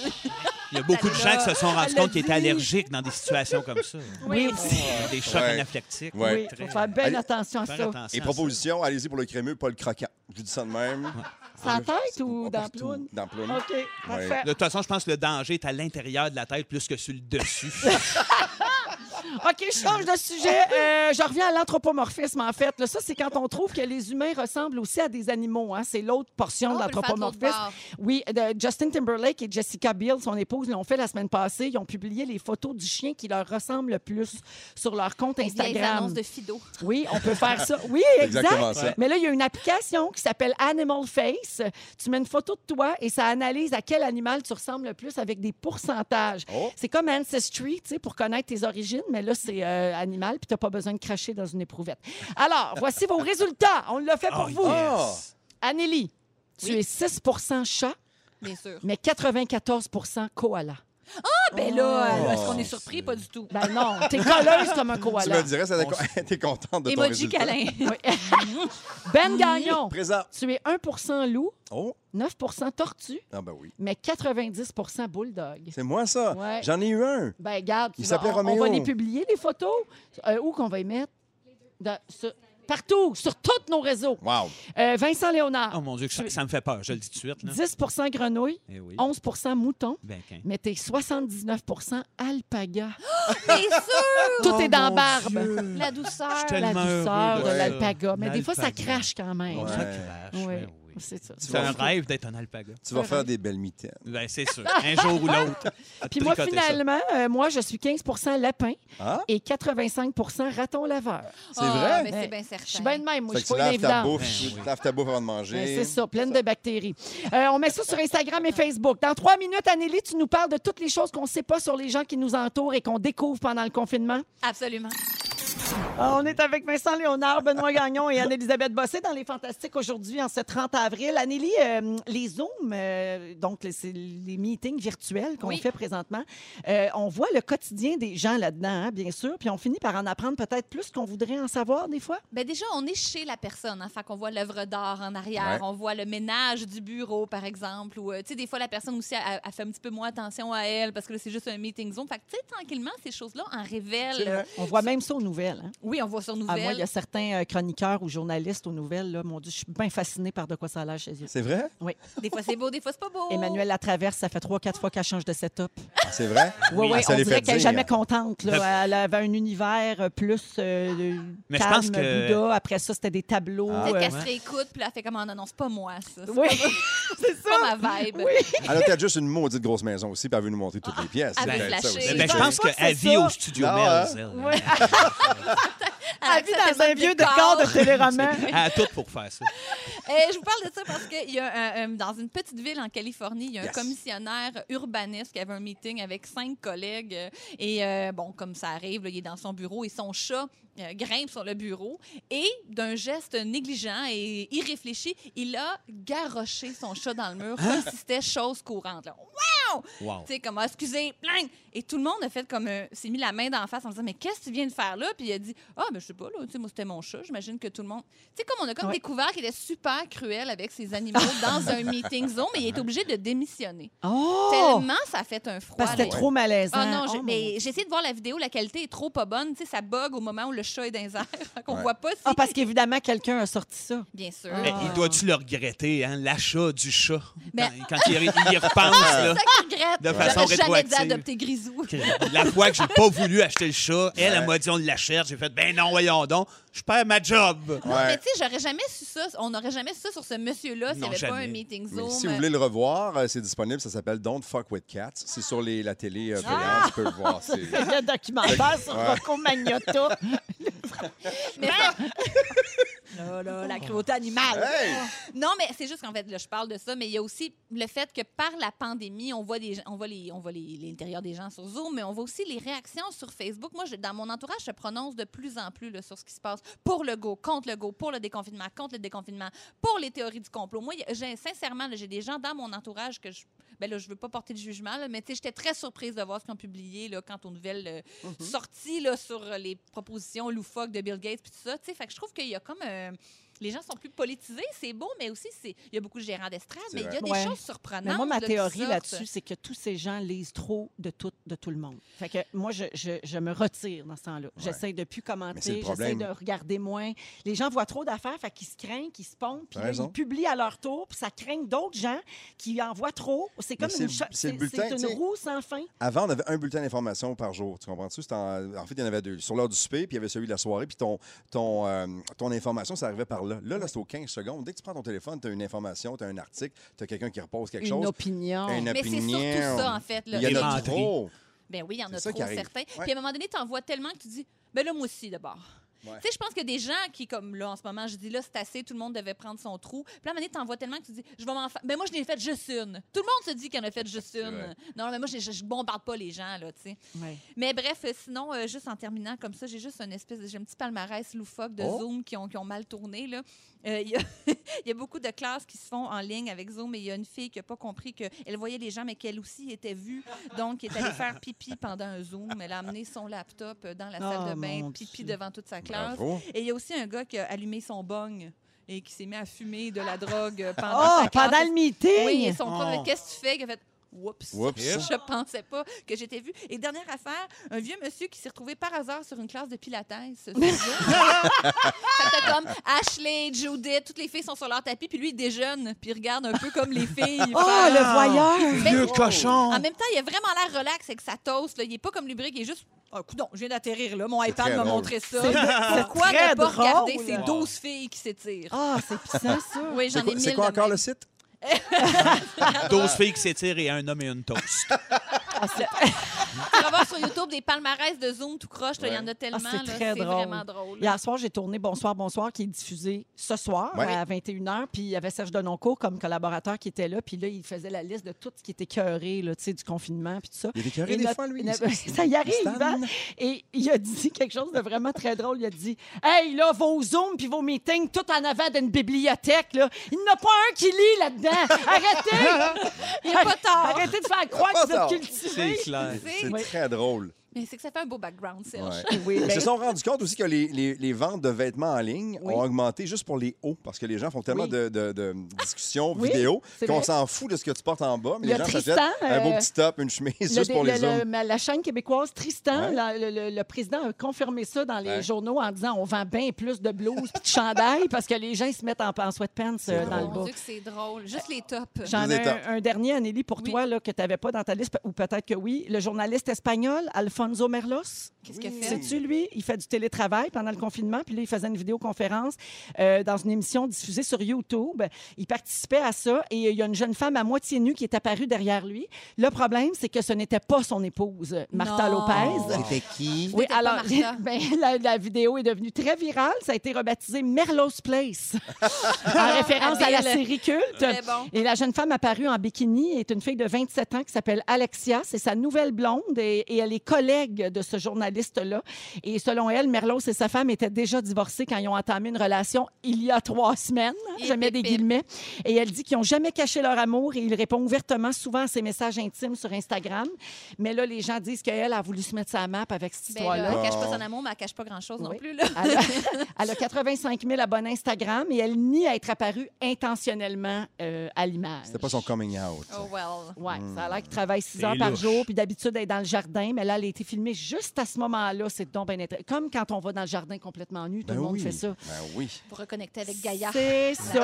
Il y a beaucoup de gens qui se sont rendus Elle l'a compte qu'ils étaient dit. allergiques dans des situations comme ça. Oui, Des chocs Ouais. anaphylactiques. Ouais. oui, il Très- faut faire bien Allez, attention à faire ça. attention Et à proposition, allez-y pour le crémeux, pas le croquant. Je vous dis ça de même. Sans tête ou dans Partout. ploune? Dans ploune. OK, parfait. De toute façon, je pense que le danger est à l'intérieur de la tête plus que sur le dessus. OK, je change de sujet. Je reviens à l'anthropomorphisme, en fait. Là, ça, c'est quand on trouve que les humains ressemblent aussi à des animaux. Hein. C'est l'autre portion de l'anthropomorphisme. Oui, Justin Timberlake et Jessica Biel, son épouse, l'ont fait la semaine passée. Ils ont publié les photos du chien qui leur ressemble le plus sur leur compte Instagram. Les annonces de Fido. Oui, on peut faire ça. Oui, exact. Ça. Mais là, il y a une application qui s'appelle Animal Face. Tu mets une photo de toi et ça analyse à quel animal tu ressembles le plus avec des pourcentages. Oh. C'est comme Ancestry, tu sais, pour connaître tes origines, mais là, c'est animal, puis tu n'as pas besoin de cracher dans une éprouvette. Alors, voici vos résultats. On l'a fait pour vous. Yes. Anneli, tu es 6 chat, Bien sûr. mais 94 koala. Ben là, est-ce qu'on est surpris? Pas du tout. Ben non, t'es colleuse comme un Tu koala. me dirais, t'es contente de ton Emoji résultat? câlin. Oui. Ben Gagnon, Présent. tu es 1 loup, Oh, 9 tortue, ah ben oui. mais 90 bulldog. C'est moi, ça. Ouais. J'en ai eu un. Ben, garde, Il s'appelait on Roméo. va les publier, les photos. Où qu'on va les mettre? Partout, sur tous nos réseaux. Wow. Vincent Léonard, Oh mon Dieu, ça me fait peur, je le dis tout de suite. Là. 10 grenouille, Eh oui. 11 mouton, Ben, qu'un. mais t'es 79 alpaga. Bien sûr! Tout est dans la barbe. La douceur. Je te- La tellement douceur heureux de de l'alpaga. Mais des fois, ça l'alpaga. crache quand même. On Ouais. ça crache. Oui, Ben oui. c'est ça. C'est un rêve d'être un alpaga. Tu vas faire des belles mitaines. Ben, c'est sûr. Un jour ou l'autre. Puis moi, tricoter ça. finalement, moi, je suis 15 lapin Ah? et 85 raton laveur. C'est vrai? Mais Ouais. c'est bien certain. Je suis bien de même. Moi, Fait je que suis tu pas une laves ta évidente. bouffe, Ben oui. tu laves ta bouffe avant de manger. Ben, c'est ça, pleine de bactéries. On met ça sur Instagram et Facebook. Dans 3 minutes, Anneli, tu nous parles de toutes les choses qu'on ne sait pas sur les gens qui nous entourent et qu'on découvre pendant le confinement. Absolument. On est avec Vincent Léonard, Benoît Gagnon et Anne-Élisabeth Bossé dans Les Fantastiques aujourd'hui, en ce 30 avril. Anneli, les Zooms, donc c'est les meetings virtuels qu'on Oui. fait présentement, on voit le quotidien des gens là-dedans, hein, bien sûr, puis on finit par en apprendre peut-être plus qu'on voudrait en savoir des fois. Ben déjà, on est chez la personne. Hein, fait qu'on voit l'œuvre d'art en arrière. Ouais. On voit le ménage du bureau, par exemple. Ou, tu sais, des fois, la personne aussi, elle fait un petit peu moins attention à elle parce que là, c'est juste un meeting Zoom. Fait que, tu sais, tranquillement, ces choses-là en C'est révèlent. vrai. On voit même ça aux nouvelles. Hein. Oui, on voit sur Ah, Nouvelles. moi, il y a certains chroniqueurs ou journalistes aux nouvelles, là, mon Dieu, je suis bien fascinée par de quoi ça a l'air chez eux. C'est vrai? Oui. Des fois, c'est beau, des fois, c'est pas beau. Emmanuel Latraverse, ça fait 3-4 fois qu'elle change de setup. Ah, c'est vrai? Oui, Ah, ça on les dirait fait qu'elle n'est dire. jamais contente. Là. Elle avait un univers plus Mais je calme, pense que- Bouddha. Après ça, c'était des tableaux. Ah. Peut-être qu'elle ouais. se réécoute, puis là, elle fait comme, non, non, c'est pas moi, ça. C'est Oui, c'est pas ça. ma vibe. Oui. Elle a peut-être juste une maudite grosse maison aussi, puis elle veut nous montrer toutes les pièces. elle C'est veut peut-être ça flasher. aussi. Ben, je Je pense pense pas que qu'elle c'est vit ça. au studio Non, Melz, hein? elle. Oui. Elle vit accepte dans un mettre vieux des décor de corps. téléroman. Elle a tout pour faire ça. Je vous parle de ça parce qu'il y a dans une petite ville en Californie, il y a un Yes. commissionnaire urbaniste qui avait un meeting avec 5 collègues. Bon, comme ça arrive, là, il est dans son bureau et son chat grimpe sur le bureau. Et d'un geste négligent et irréfléchi, il a garroché son chat dans le mur comme si c'était chose courante. Là. Wow. Tu sais, comme, excusez, plein. Et tout le monde a fait comme, s'est mis la main d'en face en disant, mais qu'est-ce que tu viens de faire là? Puis il a dit, ben je sais pas, là, tu sais, moi, c'était mon chat. J'imagine que tout le monde. Tu sais, comme on a comme Ouais. découvert qu'il était super cruel avec ses animaux dans un meeting Zoom, mais il est obligé de démissionner. Oh! Tellement ça a fait un froid. Parce que c'était là. trop malaisant. Ah non, Oh, mais j'ai essayé de voir la vidéo, la qualité est trop pas bonne. Tu sais, ça bug au moment où le chat est dans les airs. Fait qu'on Ouais. voit pas si. Ah, parce qu'évidemment, quelqu'un a sorti ça. Bien sûr. Mais il doit-tu le regretter, hein, l'achat du chat? Ben- Quand il y repense, C'est là. ça qu'il regrette. De façon J'aurais jamais dû rétroactive. adopter Grisou. La fois que j'ai pas voulu acheter le chat, elle m'a dit on l'achète. J'ai fait, ben non, voyons donc, je perds ma job. Ouais. Mais tu sais, j'aurais jamais su ça. On n'aurait jamais su ça sur ce monsieur-là s'il n'y Non, avait pas jamais. un meeting Mais Zoom. si vous voulez le revoir, c'est disponible. Ça s'appelle Don't Fuck with Cats. C'est sur la télé payante. Tu peux le voir. C'est- Il y a un documentaire sur Ouais. Rocco Magnotta. Mais là, la cruauté animale. Hey! Non, mais c'est juste qu'en fait, là, je parle de ça, mais il y a aussi le fait que par la pandémie, on voit l'intérieur des gens sur Zoom, mais on voit aussi les réactions sur Facebook. Moi, dans mon entourage, je prononce de plus en plus là, sur ce qui se passe pour le go, contre le go, pour le déconfinement, contre le déconfinement, pour les théories du complot. Moi, sincèrement, là, j'ai des gens dans mon entourage que je veux pas porter de jugement, là, mais tu sais, j'étais très surprise de voir ce qu'ils ont publié là, quant aux nouvelles sorties là, sur les propositions loufoques de Bill Gates puis tout ça. Tu sais, fait que je trouve qu'il y a comme Les gens sont plus politisés, c'est beau, mais aussi, il y a beaucoup de gérants d'estrade, C'est mais il y a vrai. des Ouais. choses surprenantes. Mais moi, ma là, qui théorie sortent. là-dessus, c'est que tous ces gens lisent trop de tout le monde. Fait que moi, je me retire dans ce temps-là. J'essaie de plus Mais c'est commenter, le j'essaie problème. de regarder moins. Les gens voient trop d'affaires, fait qu'ils se craignent, qu'ils se pompent, puis T'as là, raison. ils publient à leur tour, puis ça craint d'autres gens qui en voient trop. C'est comme c'est une, le- cha- c'est le bulletin, c'est tu une sais. roue sans fin. Avant, on avait un bulletin d'information par jour. Tu comprends-tu? En fait, il y en avait deux. Sur l'heure du souper, puis il y avait celui de la soirée, puis ton information, ça arrivait par là. Là, c'est aux 15 secondes. Dès que tu prends ton téléphone, tu as une information, tu as un article, tu as quelqu'un qui repose quelque Une chose. opinion. Une Mais c'est opinion. surtout ça, en fait. Là. Il y en a Menterie. trop. Ben oui, il y en C'est a ça trop, qui arrive. certains. Ouais. Puis à un moment donné, tu en vois tellement que tu dis, ben là, moi aussi, d'abord. Ouais. Tu sais, je pense que des gens qui, comme là, en ce moment, je dis là, c'est assez, tout le monde devait prendre son trou. Puis là, à un moment donné, t'en vois tellement que tu dis, je vais m'en faire. Ben moi, je n'ai fait juste une. Tout le monde se dit qu'il en a fait juste une. vrai. Non, mais moi, je bombarde pas les gens, là, tu sais. Ouais. Mais bref, sinon, juste en terminant comme ça, j'ai juste j'ai un petit palmarès loufoque de Oh. Zoom qui ont mal tourné, là. Il y a il y a beaucoup de classes qui se font en ligne avec Zoom, et il y a une fille qui n'a pas compris qu'elle voyait les gens, mais qu'elle aussi était vue. Donc, elle est allée faire pipi pendant un Zoom. Elle a amené son laptop dans la salle Oh, de bain, mon pipi Dieu. devant toute sa classe. Bravo. Et il y a aussi un gars qui a allumé son bong et qui s'est mis à fumer de la drogue pendant Oh, sa classe. pendant le meeting! Oui, et son prof, Oh. qu'est-ce que tu fais? Il a fait oups. Oups. Je pensais pas que j'étais vue. Et dernière affaire, un vieux monsieur qui s'est retrouvé par hasard sur une classe de pilates. Fait que t'as comme Ashley, Judith, toutes les filles sont sur leur tapis, puis lui, il déjeune, puis il regarde un peu comme les filles. Oh, faire- le voyeur! Vieux cochon! En même temps, il a vraiment l'air relax avec sa toast. Là. Il est pas comme lubrique, il est juste. Ah, coudonc, je viens d'atterrir là. Mon iPad très m'a drôle. montré ça. C'est Pourquoi très ne pas drôle. regarder ces Wow. 12 filles qui s'étirent? Ah, c'est puissant, ça. Oui, j'en ai C'est 1000 quoi de encore même. le site? 12 filles qui s'étirent et un homme et une toast. Tu vas voir sur YouTube des palmarès de Zoom tout croche. là, il y en a tellement. Ah, c'est là, très drôle. vraiment drôle. Hier soir, j'ai tourné Bonsoir, bonsoir, qui est diffusé ce soir Ouais. à 21h. Puis il y avait Serge Denoncourt comme collaborateur qui était là. Puis là, il faisait la liste de tout ce qui était écœuré là, tu sais, du confinement puis tout ça. Il est écœuré Et des notre- fois, lui. Ça y arrive, Stan. hein? Et il a dit quelque chose de vraiment très drôle. Il a dit « Hey, là, vos Zooms puis vos meetings, tout en avant d'une bibliothèque, là, il n'y en a pas un qui lit là-dedans. Arrêtez! Il est pas tard. Arrêtez de faire croire que vous Pas êtes tard. cultivés. C'est clair. C'est Oui. très drôle. Mais c'est que ça fait un beau background, Serge. Ouais. Oui, Ils ben- se sont rendus compte aussi que les ventes de vêtements en ligne Oui. ont augmenté juste pour les hauts, parce que les gens font tellement Oui. de discussions Oui, vidéo c'est qu'on vrai. s'en fout de ce que tu portes en bas, mais Il y les a gens s'achètent Tristan, un beau petit top, une chemise juste pour les hommes. La chaîne québécoise Tristan, Ouais. le président a confirmé ça dans les Ouais. journaux en disant on vend bien plus de blouses et de chandails parce que les gens ils se mettent en sweatpants dans drôle. le Mon bas. Dieu, que c'est drôle. Juste les tops. J'en Juste ai des tops. un dernier, Anneli, pour Oui. toi, là, que tu n'avais pas dans ta liste, ou peut-être que oui. Le journaliste espagnol, Alfonso Merlos. Qu'est-ce qu'il a fait? Sais-tu, lui, il fait du télétravail pendant le confinement, puis là, il faisait une vidéoconférence dans une émission diffusée sur YouTube. Il participait à ça et il y a une jeune femme à moitié nue qui est apparue derrière lui. Le problème, c'est que ce n'était pas son épouse, Martha Non. Lopez. C'était qui? Oui, C'était pas alors, Martha. ben, la vidéo est devenue très virale. Ça a été rebaptisé Merlot's Place, en référence à la Habile. série culte. Très bon. Et la jeune femme apparue en bikini est une fille de 27 ans qui s'appelle Alexia. C'est sa nouvelle blonde et elle est collègue de ce journaliste-là. Et selon elle, Merlos et sa femme étaient déjà divorcés quand ils ont entamé une relation il y a 3 semaines. Je mets des Pip, pip. guillemets. Et elle dit qu'ils n'ont jamais caché leur amour et il répond ouvertement souvent à ses messages intimes sur Instagram. Mais là, les gens disent qu'elle a voulu se mettre sa map avec cette Ben là, histoire-là. elle cache pas son amour, mais elle cache pas grand-chose non Oui. plus. Là. Elle a 85 000 abonnés Instagram et elle nie être apparue intentionnellement à l'image. C'était pas son coming out. Oh well. Oui, ça a l'air qu'il travaille 6 heures C'est par louche. jour, puis d'habitude, elle est dans le jardin, mais là, elle a été filmée juste à ce moment-là. C'est donc bien intéressant. Comme quand on va dans le jardin complètement nu, tout Ben le monde oui. fait ça. Ben oui. Pour reconnecter avec Gaïa. C'est ça.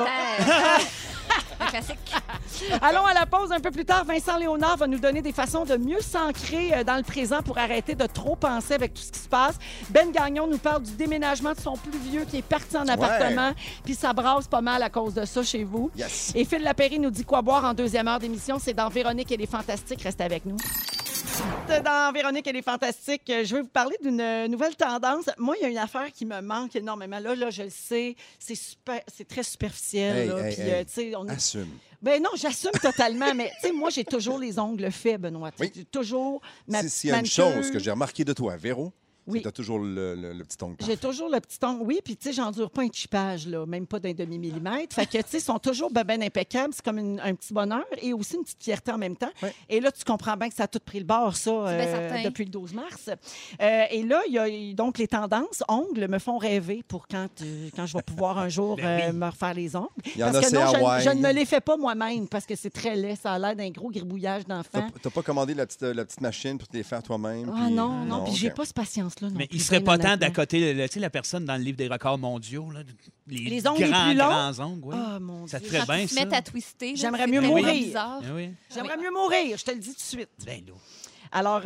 Un classique. Allons à la pause un peu plus tard. Vincent Léonard va nous donner des façons de mieux s'ancrer dans le présent pour arrêter de trop penser avec tout ce qui se passe. Ben Gagnon nous parle du déménagement de son plus vieux qui est parti en appartement, puis ça brasse pas mal à cause de ça chez vous. Yes. Et Phil Lapéry nous dit quoi boire en deuxième heure d'émission. C'est dans Véronique et les Fantastiques. Restez avec nous. Dans Véronique et les Fantastiques, je vais vous parler d'une nouvelle tendance. Moi, il y a une affaire qui me manque énormément. Là, je le sais, c'est très superficiel. Hey, là, hey, puis, hey. tu sais, on est... Assume. Ben non, j'assume totalement, mais tu sais, moi, j'ai toujours les ongles faits, Benoît. Oui. J'ai toujours ma S'il y a une manicure. chose que j'ai remarqué de toi, Véro, Oui. Tu as toujours le petit ongle. J'ai toujours le petit ongle, oui, puis tu sais, j'endure pas un chippage, là, même pas d'un demi-millimètre. Fait que, tu sais, ils sont toujours ben impeccables. C'est comme un petit bonheur et aussi une petite fierté en même temps. Ouais. Et là, tu comprends bien que ça a tout pris le bord, ça, bien certain. depuis le 12 mars. Et là, il y a donc les tendances ongles me font rêver pour quand je vais pouvoir un jour me refaire les ongles. Il y en Parce a, que c'est non, Hawaï. je ne me les fais pas moi-même parce que c'est très laid. Ça a l'air d'un gros gribouillage d'enfant. T'as pas commandé la petite machine pour te les faire toi-même? Ah puis- non, puis j'ai ok. pas cette patience-là. non Mais plus, il serait ben pas temps honnêtement. d'accoter la personne dans le livre des records mondiaux. Là, Les ongles les grands, plus longs? grands ongles, oui. Ah, mon Ça te Dieu. ferait Quand bien, tu te ça. mets à twister, là, J'aimerais c'est mieux tellement mourir. bizarre. Ah oui. J'aimerais mieux mourir, je te le dis tout de suite. Ben là. Alors,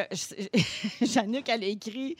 Jannick, elle a écrit,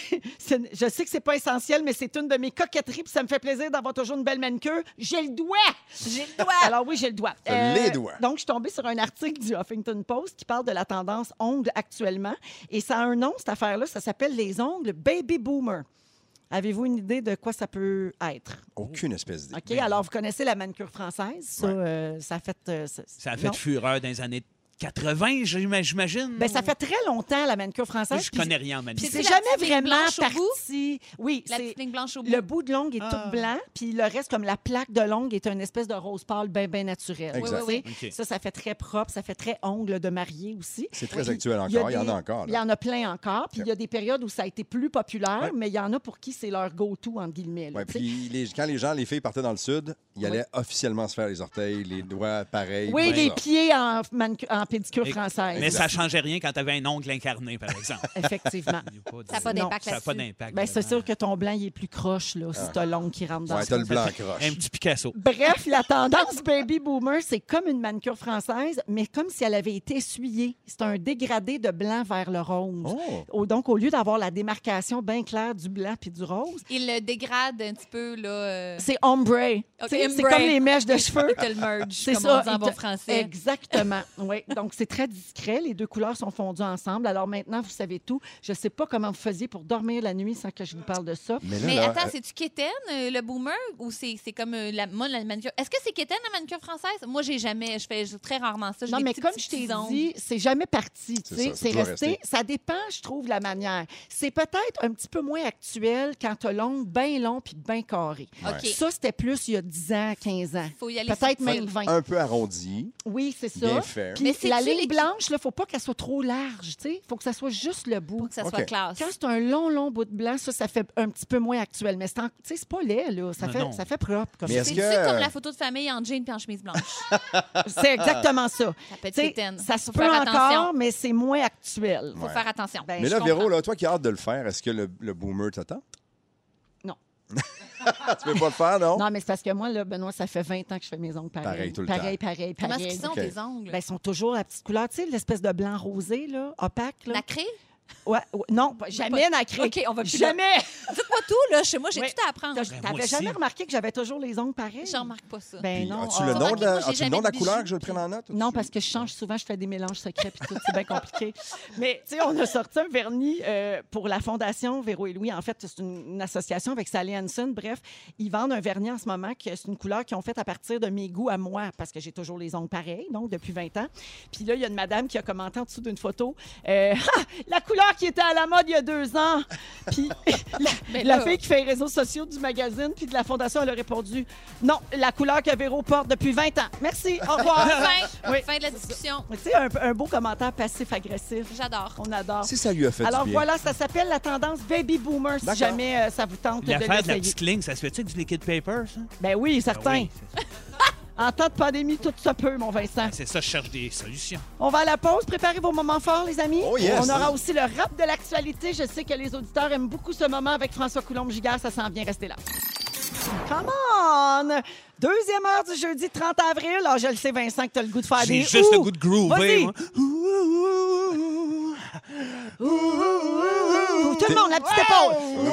je sais que c'est pas essentiel, mais c'est une de mes coquetteries, puis ça me fait plaisir d'avoir toujours une belle manicure. J'ai le doigt! J'ai le doigt! Alors oui, j'ai le doigt. T'as les doigts. Donc, je suis tombée sur un article du Huffington Post qui parle de la tendance ongles actuellement. Et ça a un nom, cette affaire-là, ça s'appelle les ongles baby boomer. Avez-vous une idée de quoi ça peut être? Aucune espèce d'idée. OK, alors vous connaissez la manicure française. Ça, ça a fait... Ça a fait non? fureur dans les années 80, j'imagine. Ben, ça fait très longtemps, la manicure française. Moi, je puis- connais rien en Puis manicure. c'est C'est la jamais petite ligne vraiment blanche au bout? parti. Oui, La c'est petite ligne blanche au bout. le bout de l'ongle est Ah. tout blanc, puis le reste, comme la plaque de l'ongle, est une espèce de rose pâle bien naturel. Exact. Oui, Tu sais, OK. Ça fait très propre, ça fait très ongle de mariée aussi. C'est très Puis, actuel encore. Il y en a des- encore. Il y Là. en a plein encore. Puis il y a des périodes où ça a été plus populaire, Ouais. mais il y en a pour qui c'est leur go-to, entre guillemets. là, Ouais, tu sais. puis quand les filles partaient dans le sud, ils allaient officiellement se faire les orteils, les doigts pareils. Oui, tout les ça. pieds en pédicure Et- française. Mais ça changeait rien quand tu avais un ongle incarné, par exemple. Effectivement. Il y a pas de- Ça n'a pas Non, d'impact Ça n'a pas là-dessus. d'impact. Ben, c'est vraiment. sûr que ton blanc, il est plus croche, là, si t'as l'ongle qui rentre dans Ouais, le t'as le fond. blanc Un croche. petit Picasso. Bref, la tendance baby boomer, c'est comme une manicure française, mais comme si elle avait été essuyée. C'est un dégradé de blanc vers le rose. Donc, au lieu d'avoir la démarcation bien claire du blanc puis du rose, Il le dégrade un petit peu, là. c'est ombre. Ok, Tu sais, c'est ombre. comme les mèches de cheveux. Il te le merge, C'est comme ça. on dit en il bon te- français. Exactement. Oui. Donc, c'est très discret. Les deux couleurs sont fondues ensemble. Alors maintenant, vous savez tout. Je ne sais pas comment vous faisiez pour dormir la nuit sans que je vous parle de ça. Mais là, Mais là, attends, c'est-tu quétaine, le boomer, ou c'est comme moi, la manicure? Est-ce que c'est quétaine, la manicure française? Moi, je fais très rarement ça. J'ai Non, des mais petits, comme petits, je t'ai petits ongles. dit, c'est jamais parti. tu C'est sais, ça, C'est doit resté. rester. Ça dépend, je trouve, de la manière. C'est peut-être un petit peu moins actuel quand tu as l'ongle bien long puis bien carré. OK. Ça, c'était plus il y a 10 ans, 15 ans. Faut y aller Peut-être subtil. même 20. un peu arrondi, Oui, c'est ça. bien fait. Puis Mais c'est-tu la ligne les- blanche, il ne faut pas qu'elle soit trop large. Il faut que ça soit juste le bout. Pour que ça OK. soit classe. Quand c'est un long bout de blanc, ça fait un petit peu moins actuel. Mais c'est pas laid, là. Non. Ça fait propre. Comme Mais ça. est-ce C'est-tu que- comme la photo de famille en jean et en chemise blanche? C'est exactement ça. Ça peut être Tu sais, quétaine. ça se Faut peut faire encore, attention. mais c'est moins actuel. Faut Ouais. faire attention. Ben, Mais je là, Véro, comprends. là, toi qui as hâte de le faire, est-ce que le boomer t'attend? Non. Tu veux pas le faire, non? Non, mais c'est parce que moi, là, Benoît, ça fait 20 ans que je fais mes ongles pareil. Pareil, tout le pareil, temps. pareil. Comment est-ce qu'ils sont, OK. tes ongles? Ben, ils sont toujours la petite couleur, tu sais, l'espèce de blanc rosé, là, opaque. Là. Nacré? Ouais, non, jamais nacré. OK, on va plus là. Jamais. Dites-moi tout, là. Chez moi, j'ai Oui. tout à apprendre. moi T'avais aussi. jamais remarqué que j'avais toujours les ongles pareils? Je remarque pas ça. Ben Puis, non. as-tu le ah. nom OK, de moi, la, j'ai as-tu le jamais nom de la de couleur bijoux, que je le prenne en note? Non, parce que je change souvent, je fais des mélanges secrets puis tout, c'est bien compliqué. Mais tu sais, on a sorti un vernis pour la Fondation Véro et Louis. En fait, c'est une association avec Sally Hansen. Bref, ils vendent un vernis en ce moment que c'est une couleur qu'ils ont faite à partir de mes goûts à moi, parce que j'ai toujours les ongles pareils, donc depuis 20 ans. Puis là, il y a une madame qui a commenté en dessous d'une photo la couleur qui était à la mode il y a 2 ans. Puis Mais la là- fille qui fait les réseaux sociaux du magazine puis de la Fondation, elle a répondu non, la couleur que Véro porte depuis 20 ans. Merci, au revoir. Fin, Oui. fin de la discussion. Tu sais, un beau commentaire passif-agressif. J'adore. On adore. Si ça lui a fait Alors du bien. voilà, ça s'appelle la tendance baby boomer, si D'accord. jamais ça vous tente de L'affaire de la l'essayer. petite ligne, ça se fait-tu avec du liquid paper, ça? Ben oui, certain. Ah oui, c'est ça. En temps de pandémie, tout se peut, mon Vincent. C'est ça, je cherche des solutions. On va à la pause. Préparez vos moments forts, les amis. Oh yes. On aura aussi le rap de l'actualité. Je sais que les auditeurs aiment beaucoup ce moment avec François Coulombe-Giguère. Ça s'en vient, restez là. Come on! Deuxième heure du jeudi 30 avril. Alors, je le sais, Vincent, que tu as le goût de faire J'ai des juste le ouh. goût de groover, Vas-y. moi. Ouh, tout le monde, la petite épaule.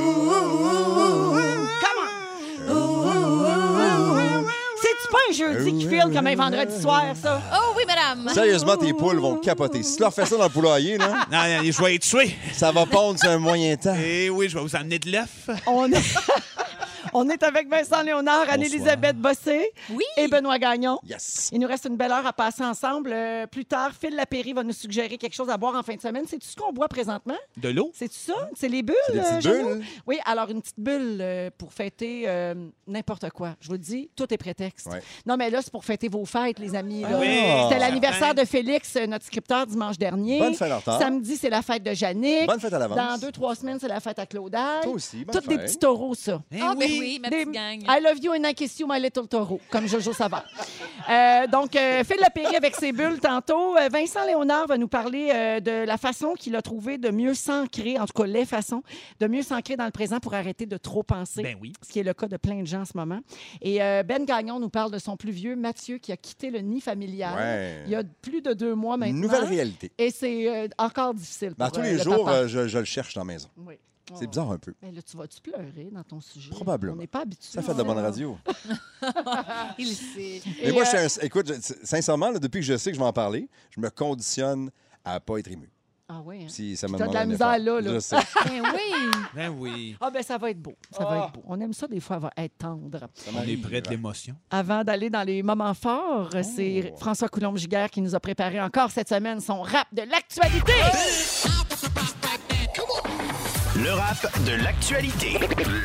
Come on! C'est-tu pas un jeudi qui file comme un vendredi soir, ça? Oh oui, madame. Sérieusement, tes poules vont capoter. Si tu leur fais ça dans le poulailler, là, Non, non, je vais être tué. ça va pondre sur un moyen temps. Eh oui, je vais vous amener de l'œuf. On est avec Vincent Léonard, Anne-Élisabeth Bossé et Benoît Gagnon. Yes. Il nous reste une belle heure à passer ensemble. Plus tard, Phil Lapéry va nous suggérer quelque chose à boire en fin de semaine. C'est-tu ce qu'on boit présentement? De l'eau? C'est-tu ça? C'est les bulles, C'est des petites Jeannot? bulles. Oui, alors une petite bulle pour fêter n'importe quoi. Je vous le dis, tout est prétexte. Ouais. Non, mais là, c'est pour fêter vos fêtes, les amis. là. Oui, C'était certain. l'anniversaire de Félix, notre scripteur, dimanche dernier. Bonne fête en retard. Samedi, c'est la fête de Yannick. Bonne fête à l'avance. Dans 2-3 semaines, c'est la fête à Claudel. Toi aussi, bonne Toutes des fête. petits taureaux, ça. Ah, ben oui, ma petite gang. I love you and I kiss you, my little taureau, comme Jojo Savard. Donc, Phil Lapéry avec ses bulles tantôt. Vincent Léonard va nous parler de la façon qu'il a trouvé de mieux s'ancrer, en tout cas les façons, de mieux s'ancrer dans le présent pour arrêter de trop penser. Ben oui. Ce qui est le cas de plein de gens en ce moment. Et Ben Gagnon nous parle de son plus vieux, Mathieu, qui a quitté le nid familial Ouais. il y a plus de 2 mois maintenant. Nouvelle réalité. Et c'est encore difficile Ben, pour tous les le jours, papa. je le cherche dans la maison. Oui. C'est bizarre un peu. Mais là, tu pleurer dans ton sujet? Probablement. On n'est pas habitué. Ça fait de la bonne radio. Il sait. Mais moi, écoute, sincèrement, là, depuis que je sais que je vais en parler, je me conditionne à ne pas être ému. Ah oui, hein? Si ça me T'as de demande la un misère effort. là. Je sais. Ben oui. Ben oui. Ah ben ça va être beau. Ça va être beau. On aime ça des fois, être tendre. Ça On est m'arrive. près de l'émotion. Avant d'aller dans les moments forts, c'est François Coulombe-Giguère qui nous a préparé encore cette semaine son rap de l'actualité. Le rap de l'actualité.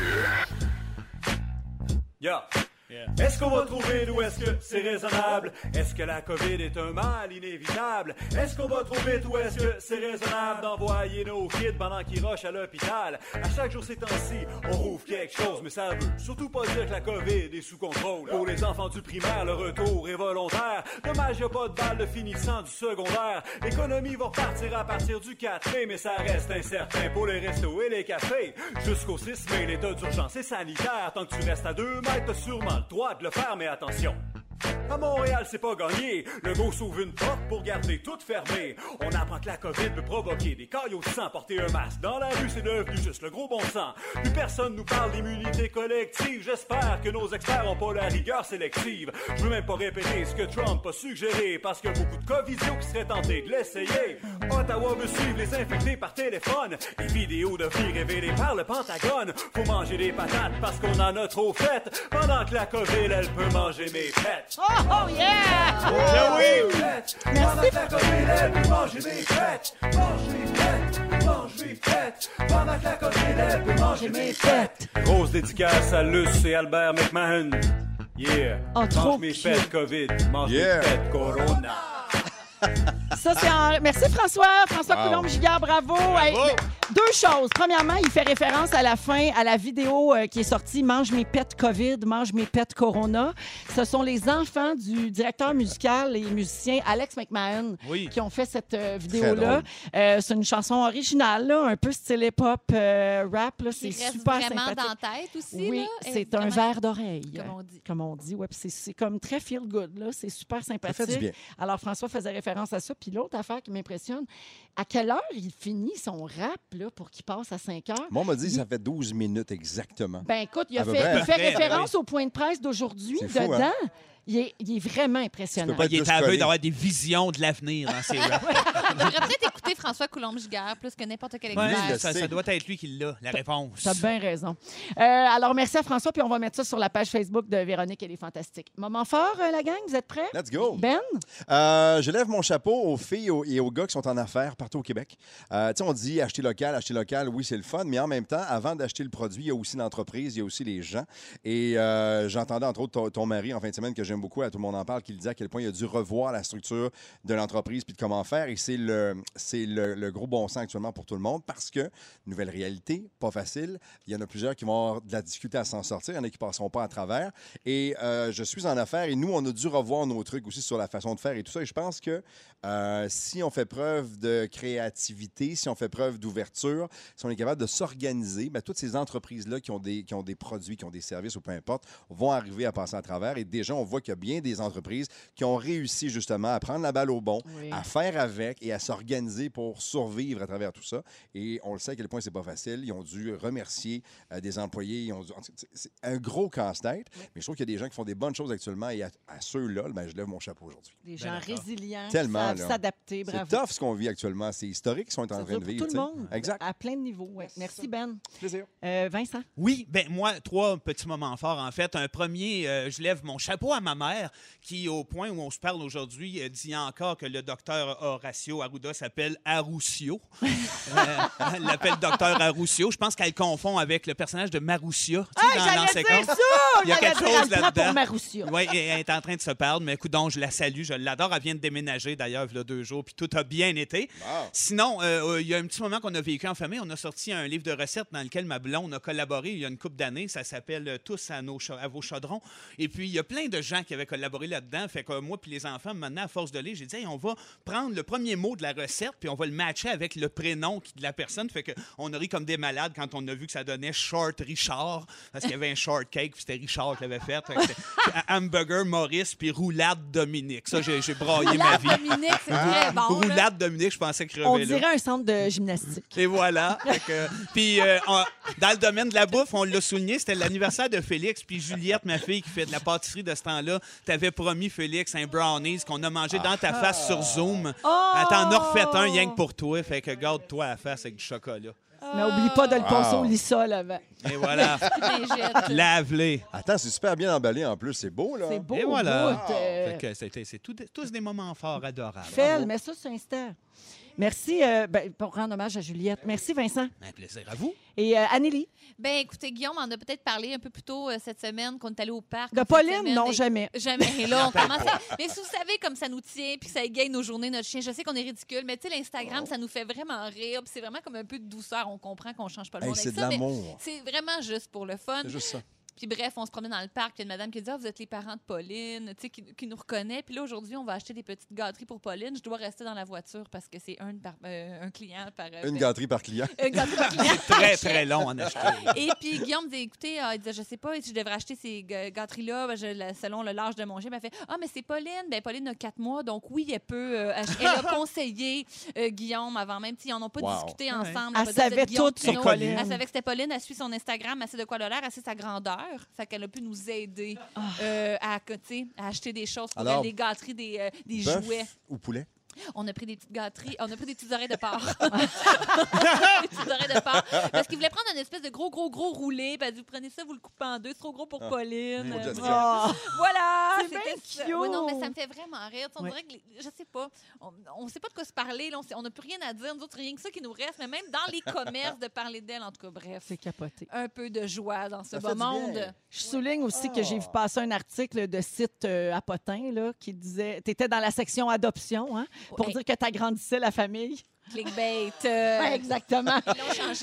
Yeah. Est-ce qu'on va trouver d'où est-ce que c'est raisonnable? Est-ce que la COVID est un mal inévitable? Est-ce qu'on va trouver d'où est-ce que c'est raisonnable d'envoyer nos kids pendant qu'ils rushent à l'hôpital? À chaque jour ces temps-ci, on rouvre quelque chose, mais ça veut surtout pas dire que la COVID est sous contrôle. Pour les enfants du primaire, le retour est volontaire. Dommage, y'a pas de balle de finissant du secondaire. L'économie va repartir à partir du 4 mai, mais ça reste incertain pour les restos et les cafés. Jusqu'au 6 mai, l'état d'urgence est sanitaire. Tant que tu restes à 2 mètres, t'as sûrement le droit de le faire, mais attention. À Montréal, c'est pas gagné. Le go s'ouvre une porte pour garder tout fermé. On apprend que la COVID peut provoquer des caillots de sang. Porter un masque dans la rue, c'est devenu juste le gros bon sens. Plus personne nous parle d'immunité collective. J'espère que nos experts ont pas la rigueur sélective. Je veux même pas répéter ce que Trump a suggéré, parce qu'il y a beaucoup de covidios qui seraient tentés de l'essayer. Ottawa veut suivre les infectés par téléphone. Les vidéos de vie révélées par le Pentagone. Faut manger des patates parce qu'on en a trop fait. Pendant que la COVID, elle peut manger mes pets. Oh yeah! Ben oui! Pendant que la COVID, elle peut manger mes pets. Mange mes pets, mange mes pets. Pendant que la COVID, elle peut manger mes pets. Grosse dédicace à Luce et Albert McMahon. Yeah! Oh, trop mange mes cute. pets COVID, mange Yeah. mes pets Corona. Ça, c'est Merci François. François Wow. Coulombe-Giguère, bravo. Hey, mais 2 choses. Premièrement, il fait référence à la fin, à la vidéo qui est sortie « Mange mes pets COVID, mange mes pets Corona ». Ce sont les enfants du directeur musical et musicien Alex McMahon Oui. qui ont fait cette vidéo-là. C'est une chanson originale, là, un peu style hip-hop, rap. Là, Qui c'est reste super vraiment sympathique. dans la tête aussi. Oui, là. c'est un verre d'oreille. Comme on dit. Comme on dit, ouais. Puis c'est comme très feel good, là. C'est super sympathique. fait du bien. Alors, François faisait référence à ça. Puis l'autre affaire qui m'impressionne, à quelle heure il finit son rap, là, pour qu'il passe à 5 heures? Moi, on m'a dit que ça fait 12 minutes exactement. Ben écoute, il À peu fait près. référence au point de presse d'aujourd'hui. C'est fou, Dedans, hein? il est vraiment impressionnant. Tu peux pas être Il est plus aveugle collé. d'avoir des visions de l'avenir dans ses raps. On devrait peut-être écouter François Coulombe-Giguère plus que n'importe quel Ouais, expert. le ça sait. doit être lui qui l'a, la réponse. Tu as bien raison. Alors, merci à François, puis on va mettre ça sur la page Facebook de Véronique et les Fantastiques. Moment fort, la gang, vous êtes prêts? Let's go. Ben? Je lève mon chapeau aux filles et aux gars qui sont en affaires partout au Québec. Tu sais, on dit acheter local, oui, c'est le fun, mais en même temps, avant d'acheter le produit, il y a aussi l'entreprise, il y a aussi les gens. Et j'entendais, entre autres, ton mari en fin de semaine, que j'aime beaucoup, à tout le monde en parle, qui disait à quel point il a dû revoir la structure de l'entreprise puis de comment faire. Et c'est le gros bon sens actuellement pour tout le monde parce que, nouvelle réalité, pas facile. Il y en a plusieurs qui vont avoir de la difficulté à s'en sortir. Il y en a qui ne passeront pas à travers. Et je suis en affaires et nous, on a dû revoir nos trucs aussi sur la façon de faire et tout ça. Et je pense que si on fait preuve de créativité, si on fait preuve d'ouverture, si on est capable de s'organiser, bien, toutes ces entreprises-là qui ont des produits, qui ont des services ou peu importe, vont arriver à passer à travers. Et déjà, on voit voit qu'il y a bien des entreprises qui ont réussi justement à prendre la balle au bon, Oui. à faire avec et à s'organiser pour survivre à travers tout ça. Et on le sait à quel point c'est pas facile. Ils ont dû remercier des employés. C'est un gros casse-tête. Mais je trouve qu'il y a des gens qui font des bonnes choses actuellement et à ceux-là, ben, je lève mon chapeau aujourd'hui. Des gens résilients, Tellement, qui savent là. s'adapter. C'est Bravo. tough ce qu'on vit actuellement. C'est historique ce qu'on est en C'est train dur de pour vivre. tout le tu sais. monde. Exact. À plein de niveaux. Ouais. Merci, Ben. Plaisir. Vincent? Oui, ben moi, 3 petits moments forts, en fait. Un premier, je lève mon chapeau à ma mère, qui, au point où on se parle aujourd'hui, dit encore que le docteur Horacio Arruda s'appelle Arrucio. Elle l'appelle docteur Arrucio. Je pense qu'elle confond avec le personnage de Marussia. Tu sais, dans J'allais Séquence. dire ça! Il y a quelque J'allais dire, chose elle le prend pour là-dedans. Marussia. Oui, elle est en train de se perdre, mais écoute, donc, je la salue, je l'adore. Elle vient de déménager, d'ailleurs, il y a 2 jours, puis tout a bien été. Wow. Sinon, il y a un petit moment qu'on a vécu en famille. On a sorti un livre de recettes dans lequel ma blonde a collaboré il y a une couple d'années. Ça s'appelle « Tous à vos chaudrons ». Et puis, il y a plein de gens qui avaient collaboré là-dedans. Fait que moi puis les enfants, maintenant, à force de lire, j'ai dit hey, on va prendre le premier mot de la recette puis on va le matcher avec le prénom de la personne. Fait que on a ri comme des malades quand on a vu que ça donnait Short Richard, parce qu'il y avait un shortcake puis c'était Richard qui l'avait fait. Fait que c'était Hamburger Maurice puis Roulade Dominique. Ça, j'ai braillé ma vie. Dominique, c'est très bon. là. Roulade Dominique, je pensais crever On là. dirait un centre de gymnastique. Et voilà. Puis, dans le domaine de la bouffe, on l'a souligné, c'était l'anniversaire de Félix. Puis Juliette, ma fille, qui fait de la pâtisserie de ce temps-là, t'avais promis, Félix, un brownies qu'on a mangé dans ta face sur Zoom. Oh! Elle t'en a refait un rien que pour toi. Fait que garde-toi à la face avec du chocolat. Mais oublie pas de le passer au Wow. lissol avant. Et voilà. Lave-les. Attends, c'est super bien emballé en plus. C'est beau, là. C'est beau. Et au voilà. bout, Fait que c'est tous des moments forts adorables. Fel, mets ça sur Insta. Merci pour rendre hommage à Juliette. Merci, Vincent. Un plaisir à vous. Et Anneli? Ben, écoutez, Guillaume en a peut-être parlé un peu plus tôt cette semaine qu'on est allé au parc. De cette Pauline? semaine, Non, et- jamais. Jamais. Et là, on commence à... Mais si vous savez comme ça nous tient, puis que ça égaye nos journées, notre chien, je sais qu'on est ridicule, mais tu sais, l'Instagram, ça nous fait vraiment rire, puis c'est vraiment comme un peu de douceur. On comprend qu'on change pas le Hey, monde c'est avec de ça, mais l'amour. c'est vraiment juste pour le fun. C'est juste ça. Puis bref, on se promenait dans le parc, puis il y a une madame qui dit « Ah, vous êtes les parents de Pauline », tu sais, qui nous reconnaît. Puis là, aujourd'hui, on va acheter des petites gâteries pour Pauline. Je dois rester dans la voiture parce que c'est un client par... Une gâterie par client. Une gâterie par client. C'est très, très long en acheter. Et puis Guillaume dit écoutez, il dit, je sais pas si je devrais acheter ces gâteries-là selon le l'âge de mon chien. Elle fait ah, mais c'est Pauline. Ben, Pauline a 4 mois, donc oui, elle peut acheter. Elle a conseillé Guillaume avant même. Ils n'en ont pas Wow. discuté ensemble. Elle va dire, vous êtes savait Guillaume tout sur Pinot. Pauline. Elle savait que c'était Pauline. Elle suit son Instagram, elle sait de quoi elle a l'air, elle sait sa grandeur. Fait qu'elle a pu nous aider à acheter des choses pour Alors, elle, des gâteries, des Bœuf jouets. ou poulet? On a pris des petites gâteries. On a pris des petites oreilles de porc. Des petites oreilles de porc. Parce qu'il voulait prendre une espèce de gros roulé. Puis elle dit, vous prenez ça, vous le coupez en deux. C'est trop gros pour Pauline. Faut que je dise. Oh. Voilà. C'est c'était bien ça. cute. Ouais, non, mais ça me fait vraiment rire. On Ouais. dirait que, je sais pas, on sait pas de quoi se parler. Là. On n'a plus rien à dire. Nous autres, rien que ça qui nous reste. Mais même dans les commerces, de parler d'elle, en tout cas, bref. C'est capoté. Un peu de joie dans ce Ça beau fait du bien. monde. Je souligne aussi que j'ai vu passer un article de site à Potin là, qui disait... Tu étais dans la section adoption, hein, pour Ouais. dire que tu agrandissais la famille. Clickbait. Ouais, exactement. Ils l'ont changé.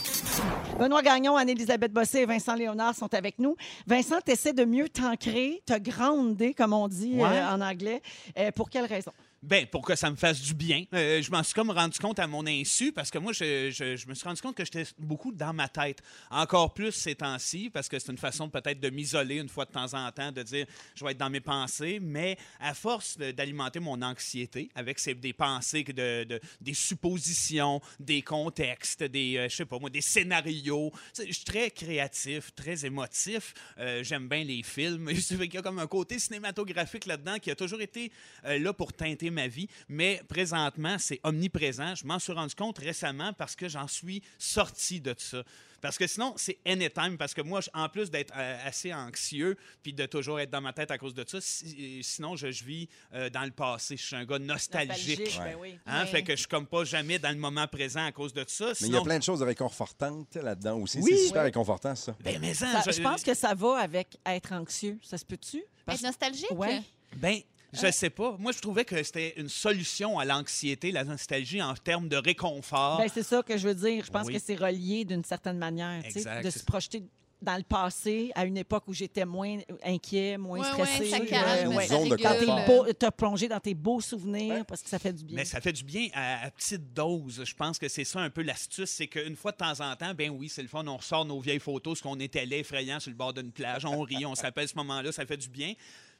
Benoît Gagnon, Anne-Élisabeth Bossé et Vincent Léonard sont avec nous. Vincent, tu essaies de mieux t'ancrer, te grounder, comme on dit Ouais. en anglais. Pour quelle raison? Ben, pour que ça me fasse du bien. Je m'en suis comme rendu compte à mon insu parce que moi, je me suis rendu compte que j'étais beaucoup dans ma tête. Encore plus ces temps-ci parce que c'est une façon peut-être de m'isoler une fois de temps en temps, de dire je vais être dans mes pensées. Mais à force d'alimenter mon anxiété avec des pensées, des suppositions, des contextes, je sais pas moi, des scénarios. Je suis très créatif, très émotif. J'aime bien les films. C'est vrai qu'il y a comme un côté cinématographique là-dedans qui a toujours été là pour teinter ma vie, mais présentement, c'est omniprésent. Je m'en suis rendu compte récemment parce que j'en suis sorti de ça. Parce que sinon, c'est anytime. Parce que moi, en plus d'être assez anxieux puis de toujours être dans ma tête à cause de ça, sinon, je vis dans le passé. Je suis un gars nostalgique. Ben oui. Hein? Ouais. Fait que je suis comme pas jamais dans le moment présent à cause de ça. Mais il y a Sinon, plein de choses réconfortantes là-dedans aussi. Oui. C'est super Oui. réconfortant, ça. ben, mais Je pense que ça va avec être anxieux. Ça se peut-tu? Être nostalgique? Ouais. Ben, je sais pas. Moi, je trouvais que c'était une solution à l'anxiété, la nostalgie, en termes de réconfort. Ben, c'est ça que je veux dire. Je pense Oui. que c'est relié d'une certaine manière. tu sais, Exact. de se projeter dans le passé, à une époque où j'étais moins inquiet, moins Ouais, stressé. ça calme, Une ça zone de régule. confort. Te plonger dans tes beaux souvenirs parce que ça fait du bien. Mais ça fait du bien à petite dose. Je pense que c'est ça un peu l'astuce, c'est qu'une fois de temps en temps, ben oui, c'est le fun, on ressort nos vieilles photos, ce qu'on était laid, effrayant sur le bord d'une plage, on rit, on se rappelle ce moment-là, ça fait du bien.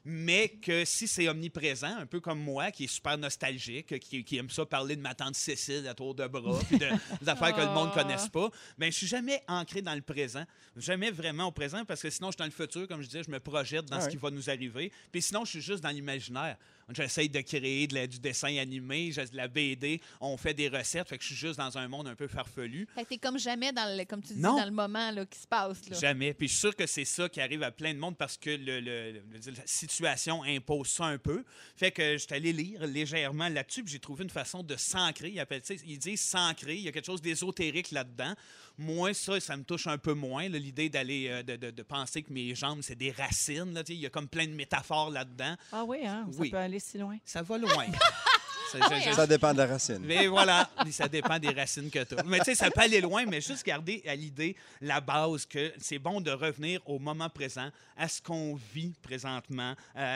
mais que si c'est omniprésent, un peu comme moi, qui est super nostalgique, qui aime ça parler de ma tante Cécile à tour de bras, puis des affaires que le monde ne connaisse pas, bien, je suis jamais ancré dans le présent, jamais vraiment au présent, parce que sinon, je suis dans le futur, comme je disais, je me projette dans ce qui va nous arriver, puis sinon, je suis juste dans l'imaginaire. J'essaye de créer du dessin animé, de la BD, on fait des recettes, fait que je suis juste dans un monde un peu farfelu. Fait que t'es comme jamais comme tu dis, Non. dans le moment là, qui se passe. Là. Jamais. Puis je suis sûr que c'est ça qui arrive à plein de monde parce que la situation impose ça un peu. Fait que j'étais allé lire légèrement là-dessus, puis j'ai trouvé une façon de s'ancrer. Ils disent s'ancrer. Il y a quelque chose d'ésotérique là-dedans. Moi, ça me touche un peu moins, là, l'idée d'aller de penser que mes jambes, c'est des racines. Là, il y a comme plein de métaphores là-dedans. Ah oui, hein? Ça peut aller si loin. Ça va loin. Ça dépend de la racine. Mais voilà, ça dépend des racines que tu as. Mais tu sais, ça peut aller loin, mais juste garder à l'idée la base que c'est bon de revenir au moment présent, à ce qu'on vit présentement.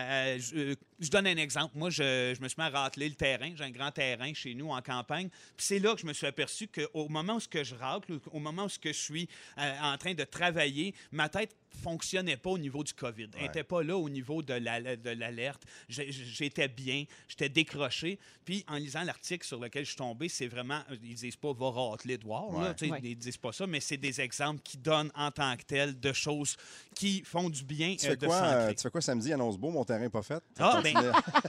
Je donne un exemple. Moi, je me suis mis à racler le terrain. J'ai un grand terrain chez nous en campagne. Puis c'est là que je me suis aperçu qu'au moment où je racle, au moment où je suis en train de travailler, ma tête fonctionnait pas au niveau du COVID. Elle n'était pas là au niveau de l'alerte. J'étais bien, j'étais décroché. Puis en lisant l'article sur lequel je suis tombé, c'est vraiment, ils disent pas « va racler dehors ». Ils disent pas ça, mais c'est des exemples qui donnent en tant que tel de choses qui font du bien tu fais quoi samedi? Annonce beau, mon terrain n'est pas fait. Ah, ben,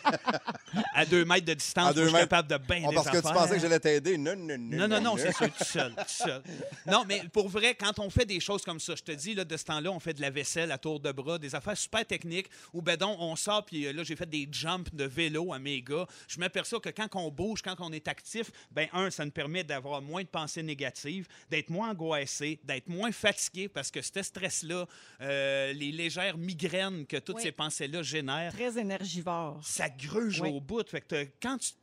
à 2 mètres de distance, je suis capable de bien des parce que tu pensais que j'allais t'aider. Non, c'est sûr, tout seul. Non, mais pour vrai, quand on fait des choses comme ça, je te dis, là, de ce temps-là, on fait de la vaisselle à tour de bras, des affaires super techniques, où, ben donc, on sort, puis là, j'ai fait des jumps de vélo à mes gars. Je m'aperçois que quand on bouge, quand on est actif, ben ça nous permet d'avoir moins de pensées négatives, d'être moins angoissé, d'être moins fatigué, parce que ce stress-là, les légères migraines que toutes ces pensées-là génèrent... Très énergivore. Ça gruge au bout. Fait que quand tu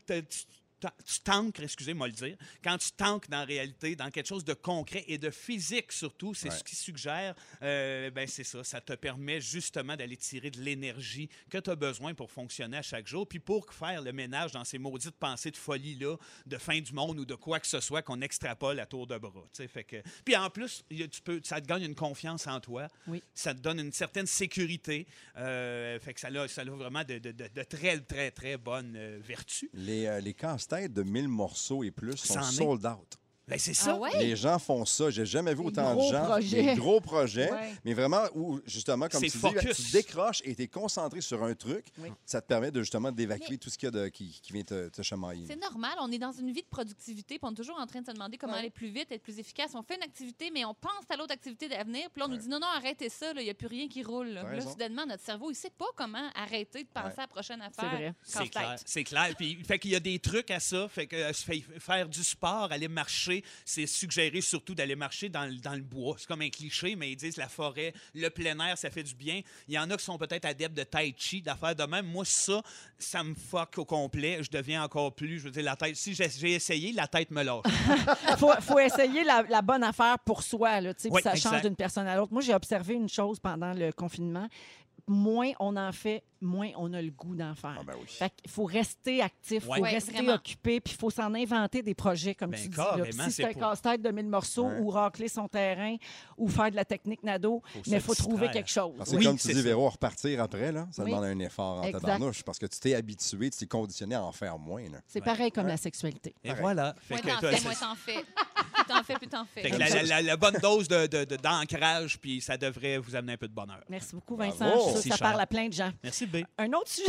t'ancres, excusez-moi le dire, quand tu t'ancres dans la réalité, dans quelque chose de concret et de physique surtout, c'est ce qui suggère, c'est ça. Ça te permet justement d'aller tirer de l'énergie que tu as besoin pour fonctionner à chaque jour, puis pour faire le ménage dans ces maudites pensées de folie-là, de fin du monde ou de quoi que ce soit qu'on extrapole à tour de bras. Fait que... Puis en plus, ça te gagne une confiance en toi. Oui. Ça te donne une certaine sécurité. Fait que ça a vraiment de très, très, très bonnes vertus. Les casse-têtes de 1000 morceaux et plus sont sold out. Ben c'est ça. Ah ouais? Les gens font ça. J'ai jamais vu autant de gens. Des gros projets. Mais vraiment, où, justement, comme tu dis, tu décroches et tu es concentré sur un truc. Ça te permet justement d'évacuer tout ce qu'il y a qui vient te chamailler. C'est normal. On est dans une vie de productivité. Puis on est toujours en train de se demander comment aller plus vite, être plus efficace. On fait une activité, mais on pense à l'autre activité d'avenir. Puis là, on nous dit non, arrêtez ça. Il n'y a plus rien qui roule. Là, soudainement, notre cerveau, il ne sait pas comment arrêter de penser à la prochaine affaire. C'est vrai. C'est clair. Puis, fait qu'il y a des trucs à ça. Fait que faire du sport, aller marcher, c'est suggéré surtout d'aller marcher dans le bois. C'est comme un cliché, mais ils disent la forêt, le plein air, ça fait du bien. Il y en a qui sont peut-être adeptes de tai chi, d'affaires de même. Moi, ça me fuck au complet. Je deviens encore plus, je veux dire, la tête. Si j'ai essayé, la tête me lâche. faut essayer la bonne affaire pour soi, là, puis ça exact. change d'une personne à l'autre. Moi, j'ai observé une chose pendant le confinement. Moins on en fait, moins on a le goût d'en faire. Fait qu'il faut rester actif, il faut rester occupé, puis il faut s'en inventer des projets, comme tu dis. Là. Si c'est un casse-tête de 1000 morceaux ou racler son terrain ou faire de la technique nado, mais il faut trouver quelque chose. Parce que comme tu dis, Véro, repartir après, là, ça demande un effort en tabarnouche parce que tu t'es habitué, tu t'es conditionné à en faire moins. Là. C'est pareil comme la sexualité. Et voilà. Moins t'en fais. Plus t'en fais. Fait que la bonne dose d'ancrage, puis ça devrait vous amener un peu de bonheur. Merci beaucoup, Vincent. Ça parle à plein de gens. Merci, B. Un autre sujet.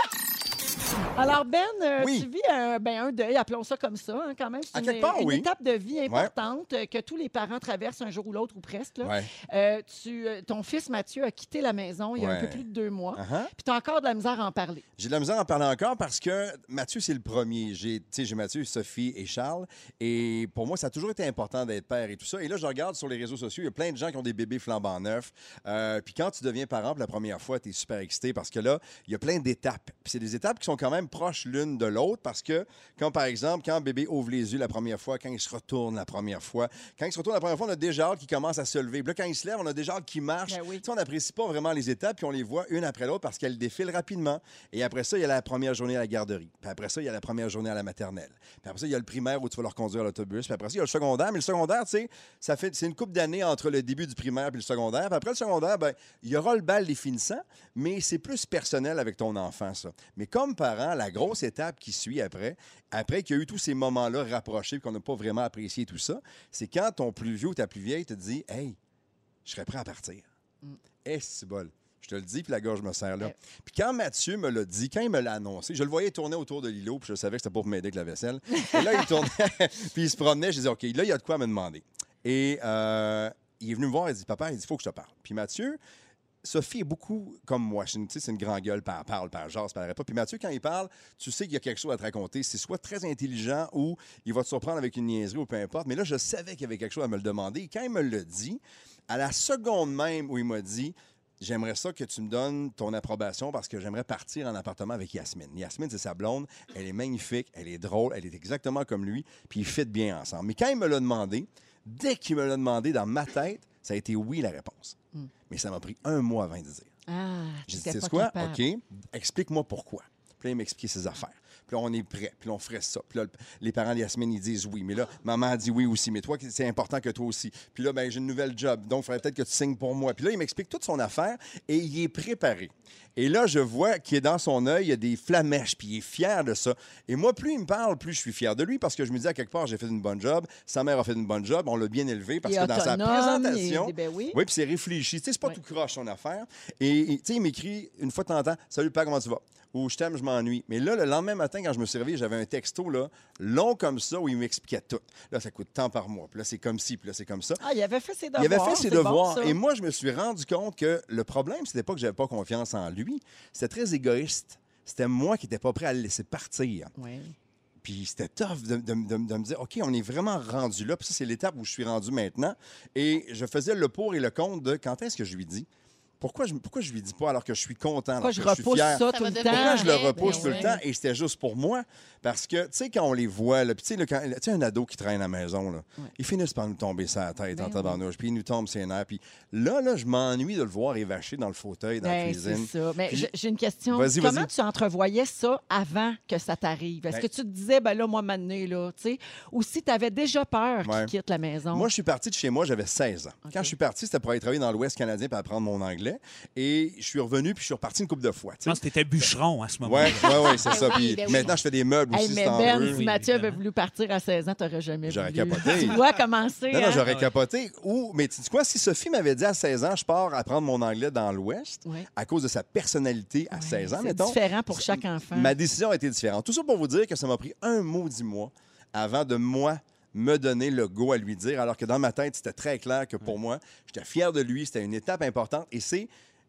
Alors, Ben, tu vis un deuil, appelons ça comme ça, hein, quand même. C'est une étape de vie importante que tous les parents traversent un jour ou l'autre, ou presque. Là. Ton fils Mathieu a quitté la maison il y a un peu plus de 2 mois. Puis tu as encore de la misère à en parler. J'ai de la misère à en parler encore parce que Mathieu, c'est le premier. J'ai Mathieu, Sophie et Charles. Et pour moi, ça a toujours été important d'être père et tout ça. Et là, je regarde sur les réseaux sociaux, il y a plein de gens qui ont des bébés flambant neufs. Puis quand tu deviens parent pour la première fois, tu es super excité parce que là, il y a plein d'étapes. Puis c'est des étapes qui sont quand même proches l'une de l'autre parce que, comme par exemple, quand bébé ouvre les yeux la première fois, quand il se retourne la première fois, on a déjà hâte qu'il commence à se lever. Puis là, quand il se lève, on a déjà hâte qu'il marche. Ben oui. Tu sais, on n'apprécie pas vraiment les étapes, puis on les voit une après l'autre parce qu'elles défilent rapidement. Et après ça, il y a la première journée à la garderie. Puis après ça, il y a la première journée à la maternelle. Puis après ça, il y a le primaire où tu vas leur conduire à l'autobus. Puis après ça, il y a le secondaire. Mais le secondaire, tu sais, c'est une couple d'années entre le début du primaire et le secondaire. Puis après le secondaire, ben, il y aura le bal définissant, mais c'est plus personnel avec ton enfant, ça. Mais comme parent, la grosse étape qui suit après qu'il y a eu tous ces moments-là rapprochés et qu'on n'a pas vraiment apprécié tout ça, c'est quand ton plus vieux ou ta plus vieille te dit « Hey, je serais prêt à partir. » C'est bol. Je te le dis, puis la gorge me serre là. Puis quand Mathieu me l'a dit, quand il me l'a annoncé, je le voyais tourner autour de l'îlot, puis je savais que c'était pour m'aider avec la vaisselle. Et là, il tournait, puis il se promenait. Je disais, OK, là, il y a de quoi me demander. Et il est venu me voir, il dit, papa, il dit, il faut que je te parle. Puis Mathieu, Sophie est beaucoup comme moi. C'est une grande gueule, parle, jase, parlerait pas. Puis Mathieu, quand il parle, tu sais qu'il y a quelque chose à te raconter. C'est soit très intelligent ou il va te surprendre avec une niaiserie ou peu importe. Mais là, je savais qu'il y avait quelque chose à me le demander. Et quand il me l'a dit, à la seconde même où il m'a dit, j'aimerais ça que tu me donnes ton approbation parce que j'aimerais partir en appartement avec Yasmine. Yasmine, c'est sa blonde. Elle est magnifique, elle est drôle, elle est exactement comme lui, puis ils fit bien ensemble. Mais quand il me l'a demandé, dès qu'il me l'a demandé, dans ma tête, ça a été oui la réponse. Mais ça m'a pris 1 mois avant de dire. J'ai dit, c'est quoi? OK, explique-moi pourquoi. Puis là, il m'expliquait ses affaires. Puis là, on est prêt. Puis là, on ferait ça. Puis là, les parents de Yasmine, ils disent oui. Mais là, maman a dit oui aussi. Mais toi, c'est important que toi aussi. Puis là, ben j'ai une nouvelle job. Donc, il faudrait peut-être que tu signes pour moi. Puis là, il m'explique toute son affaire et il est préparé. Et là, je vois qu'il est dans son œil, il y a des flamèches, puis il est fier de ça. Et moi, plus il me parle, plus je suis fier de lui parce que je me dis à quelque part, j'ai fait une bonne job. Sa mère a fait une bonne job. On l'a bien élevé parce que dans sa présentation. Oui, puis c'est réfléchi. Tu sais, c'est pas tout croche son affaire. Et tu sais, il m'écrit une fois de temps en temps, salut père, comment tu vas? Ou je t'aime, je m'ennuie. Mais là, le lendemain matin, quand je me suis réveillé, j'avais un texto là, long comme ça où il m'expliquait tout. Là, ça coûte tant par mois. Puis là, c'est comme ci, puis là, c'est comme ça. Ah, il avait fait ses devoirs. Il avait fait ses devoirs. Bon, et moi, je me suis rendu compte que le problème, c'était pas que j'avais pas confiance en lui. C'était très égoïste. C'était moi qui n'étais pas prêt à le laisser partir. Oui. Puis c'était tough de me dire, OK, on est vraiment rendu là. Puis ça, c'est l'étape où je suis rendu maintenant. Et je faisais le pour et le contre de quand est-ce que je lui dis. Pourquoi je lui dis pas alors que je suis content, pourquoi alors je que je suis repousse fier? ça tout le temps? Pourquoi je le repousse Ben tout le ouais. temps? Et c'était juste pour moi. Parce que, tu sais, quand on les voit, là, puis tu sais, un ado qui traîne à la maison, là, ils finissent par nous tomber sur la tête en tabarnouche, puis ils nous tombent sur les nerfs. Puis là, je m'ennuie de le voir évaché dans le fauteuil, dans la cuisine. C'est ça. Mais Puis- j'ai une question. Vas-y, Comment vas-y. tu entrevoyais ça avant que ça t'arrive? Est-ce que tu te disais, ben là, moi, maintenant, là, tu sais, ou si tu avais déjà peur qu'il quitte la maison? Moi, je suis parti de chez moi, j'avais 16 ans. Quand je suis parti, c'était pour aller travailler dans l'Ouest canadien pour apprendre mon anglais. Et je suis revenu, puis je suis reparti une couple de fois. tu sais. Je pense que t'étais bûcheron à ce moment-là. Oui, c'est ça. oui, Puis ben oui. maintenant, je fais des meubles Hey, aussi, mais c'est en Ben, veux. si Mathieu avait évidemment. voulu partir à 16 ans, t'aurais jamais J'aurais voulu. capoté. Tu dois commencer. Non, hein? j'aurais capoté. Mais tu sais quoi, si Sophie m'avait dit à 16 ans, je pars apprendre mon anglais dans l'Ouest, Ouais. à cause de sa personnalité à 16 ans, C'est mettons, différent pour chaque enfant. ma décision a été différente. Tout ça pour vous dire que ça m'a pris un maudit mois avant de moi me donner le go à lui dire, alors que dans ma tête, c'était très clair que pour moi, j'étais fier de lui, c'était une étape importante et c'est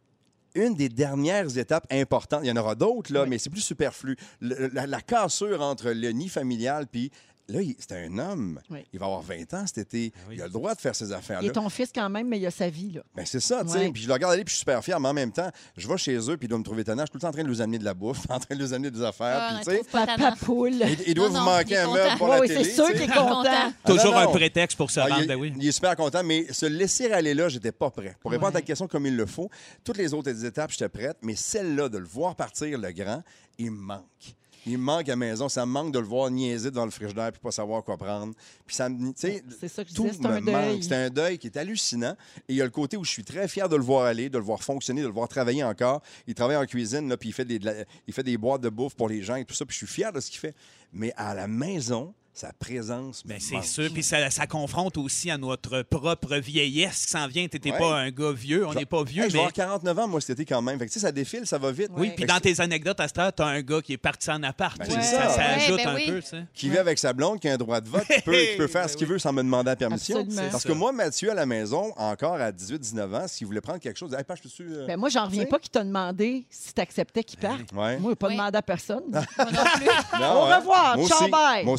une des dernières étapes importantes. Il y en aura d'autres, là, mais c'est plus superflu. La cassure entre le nid familial puis là, c'était un homme. Oui. Il va avoir 20 ans cet été. oui. Il a le droit de faire ces Il affaires-là. est ton fils quand même, mais il a sa vie, là. Ben c'est ça, tu sais. Ouais. Puis je le regarde aller, puis je suis super fier, mais en même temps, je vais chez eux, puis ils doivent me trouver étonnant. Je suis tout le temps en train de nous amener de la bouffe, en train de nous amener des affaires. Ah, Puis, tu sais, Papa poule. il doit Non, vous non, manquer il est un content. meuble pour la Oui, télé. c'est sûr tu sais. qu'il est Content. content. Toujours Ah, non, un non. prétexte pour se rendre, ben oui. Il est super content, mais se laisser aller là, j'étais pas prêt. Pour répondre à ta Ouais. question comme il le faut, toutes les autres étapes, j'étais prête, mais celle-là, de le voir partir, le grand, il me manque. Il me manque à la maison. Ça me manque de le voir niaiser devant le frigidaire puis pas savoir quoi prendre. Puis ça me... tu sais, C'est ça que je tout disais, c'est un me manque. deuil. C'est un deuil qui est hallucinant. Et il y a le côté où je suis très fier de le voir aller, de le voir fonctionner, de le voir travailler encore. Il travaille en cuisine, là, puis il fait des boîtes de bouffe pour les gens et tout ça. Puis je suis fier de ce qu'il fait. Mais à la maison, sa présence me Ben, c'est manque. sûr. Puis ça confronte aussi à notre propre vieillesse qui s'en vient. T'étais Ouais. pas un gars vieux. On n'est pas vieux, Hey, je vais mais... avoir 49 ans, moi, cet été, quand même. Fait que, tu sais, ça défile, ça va vite. Oui, Ouais. puis dans tes anecdotes, à cette heure, t'as un gars qui est parti en appart. Ben, Tu sais, c'est ça ça. ajoute Ouais, ben un oui. peu, tu sais. Qui vit avec sa blonde, qui a un droit de vote, qui peut faire ce qu'il veut sans me demander la permission. Absolument. Parce C'est que ça. moi, Mathieu, à la maison, encore à 18-19 ans, s'il voulait prendre quelque chose, hey, pas, je peux-tu, Ben moi, j'en reviens tu sais? pas qu'il t'a demandé si tu acceptais qu'il parte. Ouais. Moi, il n'a pas Oui. demandé à personne. Moi non plus. Non, Au hein? revoir, Moi ciao, aussi, bye. moi aussi, je suis parti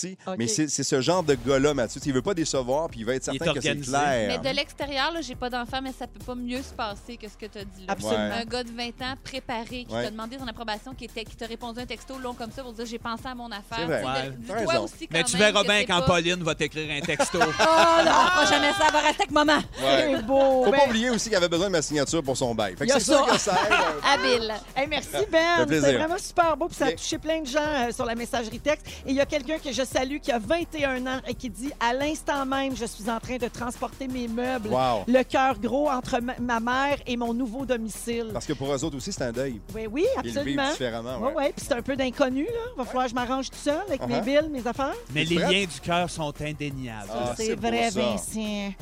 parti. OK. Mais c'est ce genre de gars-là, Mathieu. Il veut pas décevoir, puis il va être Il est certain que c'est organisé. clair. Mais de l'extérieur, là, j'ai pas d'enfant, mais ça peut pas mieux se passer que ce que tu as dit là. Absolument. Un gars de 20 ans préparé qui Ouais. t'a demandé son approbation, qui t'a répondu un texto long comme ça pour dire j'ai pensé à mon affaire. C'est vrai. Tu sais, Ouais. dis-toi T'as raison. aussi quand Mais tu même verras que bien c'est quand pas... Pauline va t'écrire un texto. Oh non, on fera jamais ça, elle va rester avec maman. Ouais. C'est beau. Faut Ben, pas oublier aussi qu'il avait besoin de ma signature pour son bail. Fait Il que y a c'est sûr ça. que ça aide. Habile. hey, merci, Ça Ben. fait plaisir. C'est vraiment super beau. Puis ça a Ok. touché plein de gens sur la messagerie texte. Et il y a quelqu'un que je salue qui a 21 ans et qui dit à l'instant même, je suis en train de transporter mes meubles. Wow. Le cœur gros entre ma mère et mon nouveau domicile. Parce que pour eux autres aussi, c'est un deuil. Oui, oui, Ils le vivent absolument. différemment. Oui, Ouais. oui. Puis c'est un peu d'inconnu, là. Va falloir que je m'arrange tout seul avec mes billes, mes affaires. Mais Es-tu les prête? liens du cœur sont indéniables. Ah, c'est vrai, beau, ça. Vincent.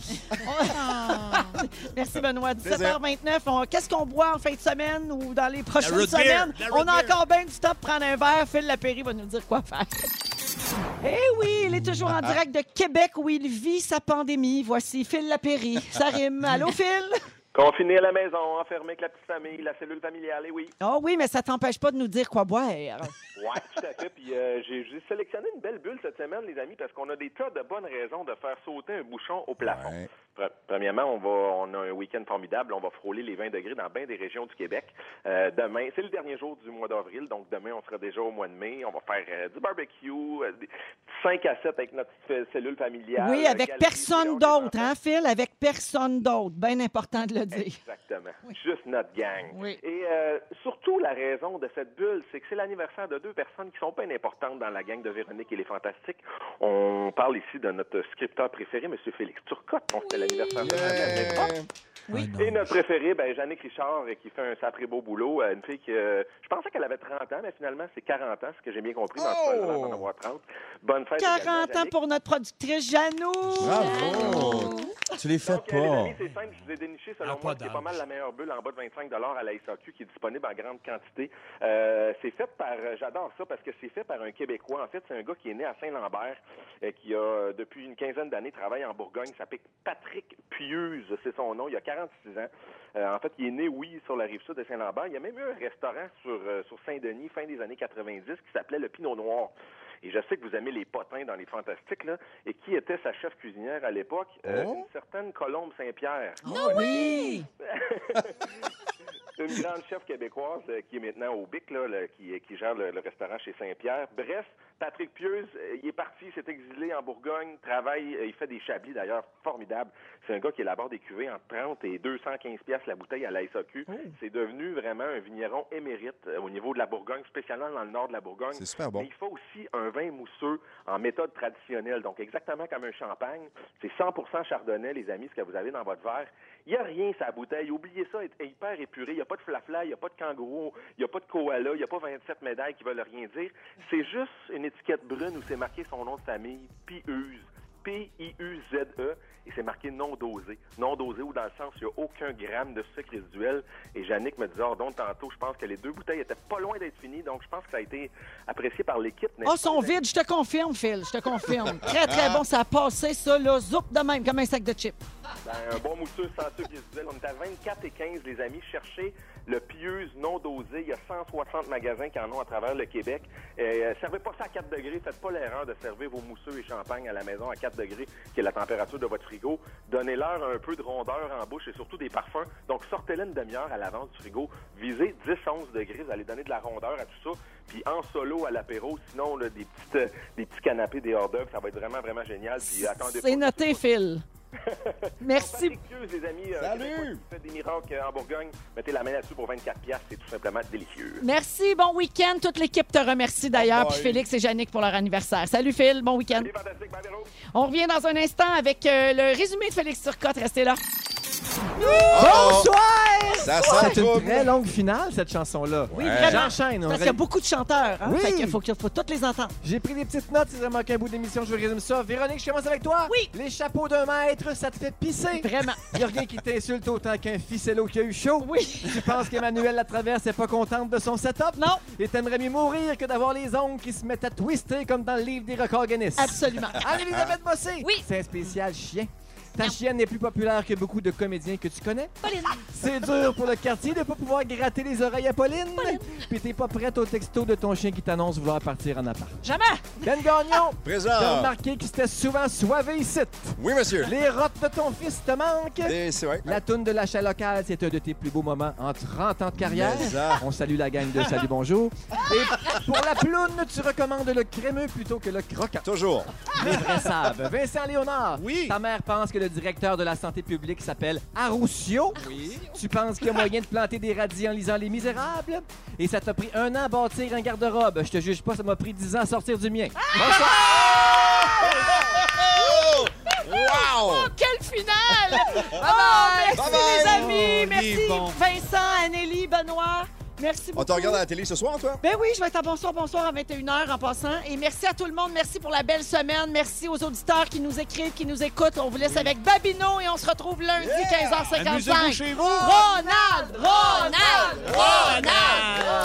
Merci, Benoît. Plaisir. 17h29. Qu'est-ce qu'on boit en fin de semaine ou dans les prochaines root beer. semaines? La On root a beer. encore bien du temps pour prendre un verre. Phil Lapéry va nous dire quoi faire. Eh oui, il est toujours en direct de Québec où il vit sa pandémie. Voici Phil Lapéry. Ça rime. Allô, Phil? Confiné à la maison, enfermé avec la petite famille, la cellule familiale, et oui. Oh oui, mais ça t'empêche pas de nous dire quoi boire. Ouais, tout à fait. Puis j'ai sélectionné une belle bulle cette semaine, les amis, parce qu'on a des tas de bonnes raisons de faire sauter un bouchon au plafond. Ouais. Premièrement, on a un week-end formidable. On va frôler les 20 degrés dans bien des régions du Québec. Demain, c'est le dernier jour du mois d'avril, donc demain, on sera déjà au mois de mai. On va faire du barbecue, 5 à 7 avec notre petite cellule familiale. Oui, avec galerie, personne mélange d'autre, des enfants. hein, Phil? Avec personne d'autre. Bien important de le dire. Exactement. Juste notre gang. Oui. Et surtout, la raison de cette bulle, c'est que c'est l'anniversaire de deux personnes qui sont bien importantes dans la gang de Véronique et les Fantastiques. On parle ici de notre scripteur préféré, M. Félix Turcotte. Bon, c'était l'anniversaire de Yeah. Oui. et notre préféré, Jannick Richard, qui fait un sacré beau boulot. Une fille qui, je pensais qu'elle avait 30 ans, mais finalement, c'est 40 ans, ce que j'ai bien compris. Mais en tout cas, elle a l'air d'en avoir 30. Bonne fête. 40 également, ans Jannick. pour notre productrice Janou. Bravo! Tu les fais Donc, les pas. amis, c'est simple. Je vous ai déniché, selon Ah, moi, pas qui est pas d'âge. mal la meilleure bulle en bas de 25 à la SAQ, qui est disponible en grande quantité. C'est fait par... J'adore ça parce que c'est fait par un Québécois. En fait, c'est un gars qui est né à Saint-Lambert, qui a, depuis une quinzaine d'années, travaille en Bourgogne. Il s'appelle Patrick Pieuse, c'est son nom. Il a 46 ans. En fait, il est né, oui, sur la rive-sud de Saint-Lambert. Il y a même eu un restaurant sur Saint-Denis, fin des années 90, qui s'appelait le Pinot Noir. Et je sais que vous aimez les potins dans les Fantastiques, là. Et qui était sa chef cuisinière à l'époque? Une certaine Colombe Saint-Pierre. Oui. Une grande chef québécoise qui est maintenant au BIC, là, qui gère le restaurant chez Saint-Pierre. Bref, Patrick Pieuse, il est parti, il s'est exilé en Bourgogne, travaille, il fait des chablis d'ailleurs formidables. C'est un gars qui élabore des cuvées entre 30 et 215 piastres la bouteille à la SAQ. C'est devenu vraiment un vigneron émérite au niveau de la Bourgogne, spécialement dans le nord de la Bourgogne. C'est super bon. Mais il faut aussi un vin mousseux en méthode traditionnelle, donc exactement comme un champagne. C'est 100% chardonnay, les amis, ce que vous avez dans votre verre. Il n'y a rien sur la bouteille. Oubliez ça, elle est hyper épurée. Il n'y a pas de flafla, il n'y a pas de kangourou, il n'y a pas de koala, il n'y a pas 27 médailles qui veulent rien dire. C'est juste une étiquette brune où c'est marqué son nom de famille, Pieuse. P-I-U-Z-E, et c'est marqué non dosé. Non dosé, ou dans le sens, il n'y a aucun gramme de sucre résiduel. Et Jannick me disait, donc tantôt, je pense que les deux bouteilles étaient pas loin d'être finies, donc je pense que ça a été apprécié par l'équipe. Oh, sont vides, je te confirme, Phil, je te confirme. Très, très bon, ça a passé, ça, là, zoup de même, comme un sac de chips. Un bon mousseux sans sucre résiduel. On est à 24,15, les amis. Cherchez le Pieuse non dosé. Il y a 160 magasins qui en ont à travers le Québec. Servez pas ça à 4 degrés. Faites pas l'erreur de servir vos mousseux et champagne à la maison à 4 degrés, qui est la température de votre frigo. Donnez-leur un peu de rondeur en bouche et surtout des parfums. Donc, sortez-les une demi-heure à l'avance du frigo. Visez 10-11 degrés. Vous allez donner de la rondeur à tout ça. Puis en solo à l'apéro, sinon, là, des petits canapés, des hors d'œuvre, ça va être vraiment, vraiment génial. Puis attendez C'est pas- noté, Phil. Merci. Patrick Pieuse, les amis. Salut! Québécois qui fait des miracles en Bourgogne. Mettez la main là-dessus pour 24 piastres. C'est tout simplement délicieux. Merci, bon week-end. Toute l'équipe te remercie d'ailleurs, Bye. puis Félix et Jannick pour leur anniversaire. Salut Phil, bon week-end. C'est fantastique, bye, Véro. On revient dans un instant avec le résumé de Félix Turcotte. Restez là. Bonsoir! Ça sent C'est le une trouble. très longue finale, cette chanson-là. Oui, Ouais. vraiment. J'enchaîne. Parce qu'il y a beaucoup de chanteurs. Hein? Oui. Fait qu'il faut toutes les entendre. J'ai pris des petites notes, c'est vraiment qu'un bout d'émission, je résume ça. Véronique, je commence avec toi. Oui. Les chapeaux d'un maître, ça te fait pisser. Vraiment. Il y a rien qui t'insulte autant qu'un ficello qui a eu chaud. Oui. Tu penses qu'Emmanuel Latraverse n'est pas contente de son setup? Non. Et t'aimerais mieux mourir que d'avoir les ongles qui se mettent à twister comme dans le livre des records Guinness. Absolument. Anne-Elisabeth Bossé. Oui. C'est un spécial chien. Ta chienne est plus populaire que beaucoup de comédiens que tu connais. Pauline. C'est dur pour le quartier de pas pouvoir gratter les oreilles à Pauline. Puis t'es pas prête au texto de ton chien qui t'annonce vouloir partir en appart. Jamais. Ben Gagnon, Présent. t'as remarqué qu'il s'était souvent soivé ici. Oui, monsieur. Les rottes de ton fils te manquent. C'est vrai. La toune de l'achat local, c'est un de tes plus beaux moments en 30 ans de carrière. Mais ça. On salue la gang de Salut Bonjour. Et pour la ploune, tu recommandes le crémeux plutôt que le croquant. Toujours. Les vrais savent. Vincent Léonard, Oui. ta mère pense que le directeur de la santé publique s'appelle Arroussio. Oui. Tu penses qu'il y a moyen de planter des radis en lisant Les Misérables? Et ça t'a pris 1 an à bâtir un garde-robe. Je te juge pas, ça m'a pris 10 ans à sortir du mien. Wow! Oh, quelle finale! Merci Bye-bye. les amis! Oh, Merci il est bon. Vincent, Anneli, Benoît. Merci beaucoup. On te regarde à la télé ce soir, toi? Ben oui, je vais être à Bonsoir à 21h en passant. Et merci à tout le monde. Merci pour la belle semaine. Merci aux auditeurs qui nous écrivent, qui nous écoutent. On vous laisse avec Babino et on se retrouve lundi, 15h55. Amusez-vous chez vous. Ronald! Ronald! Ronald!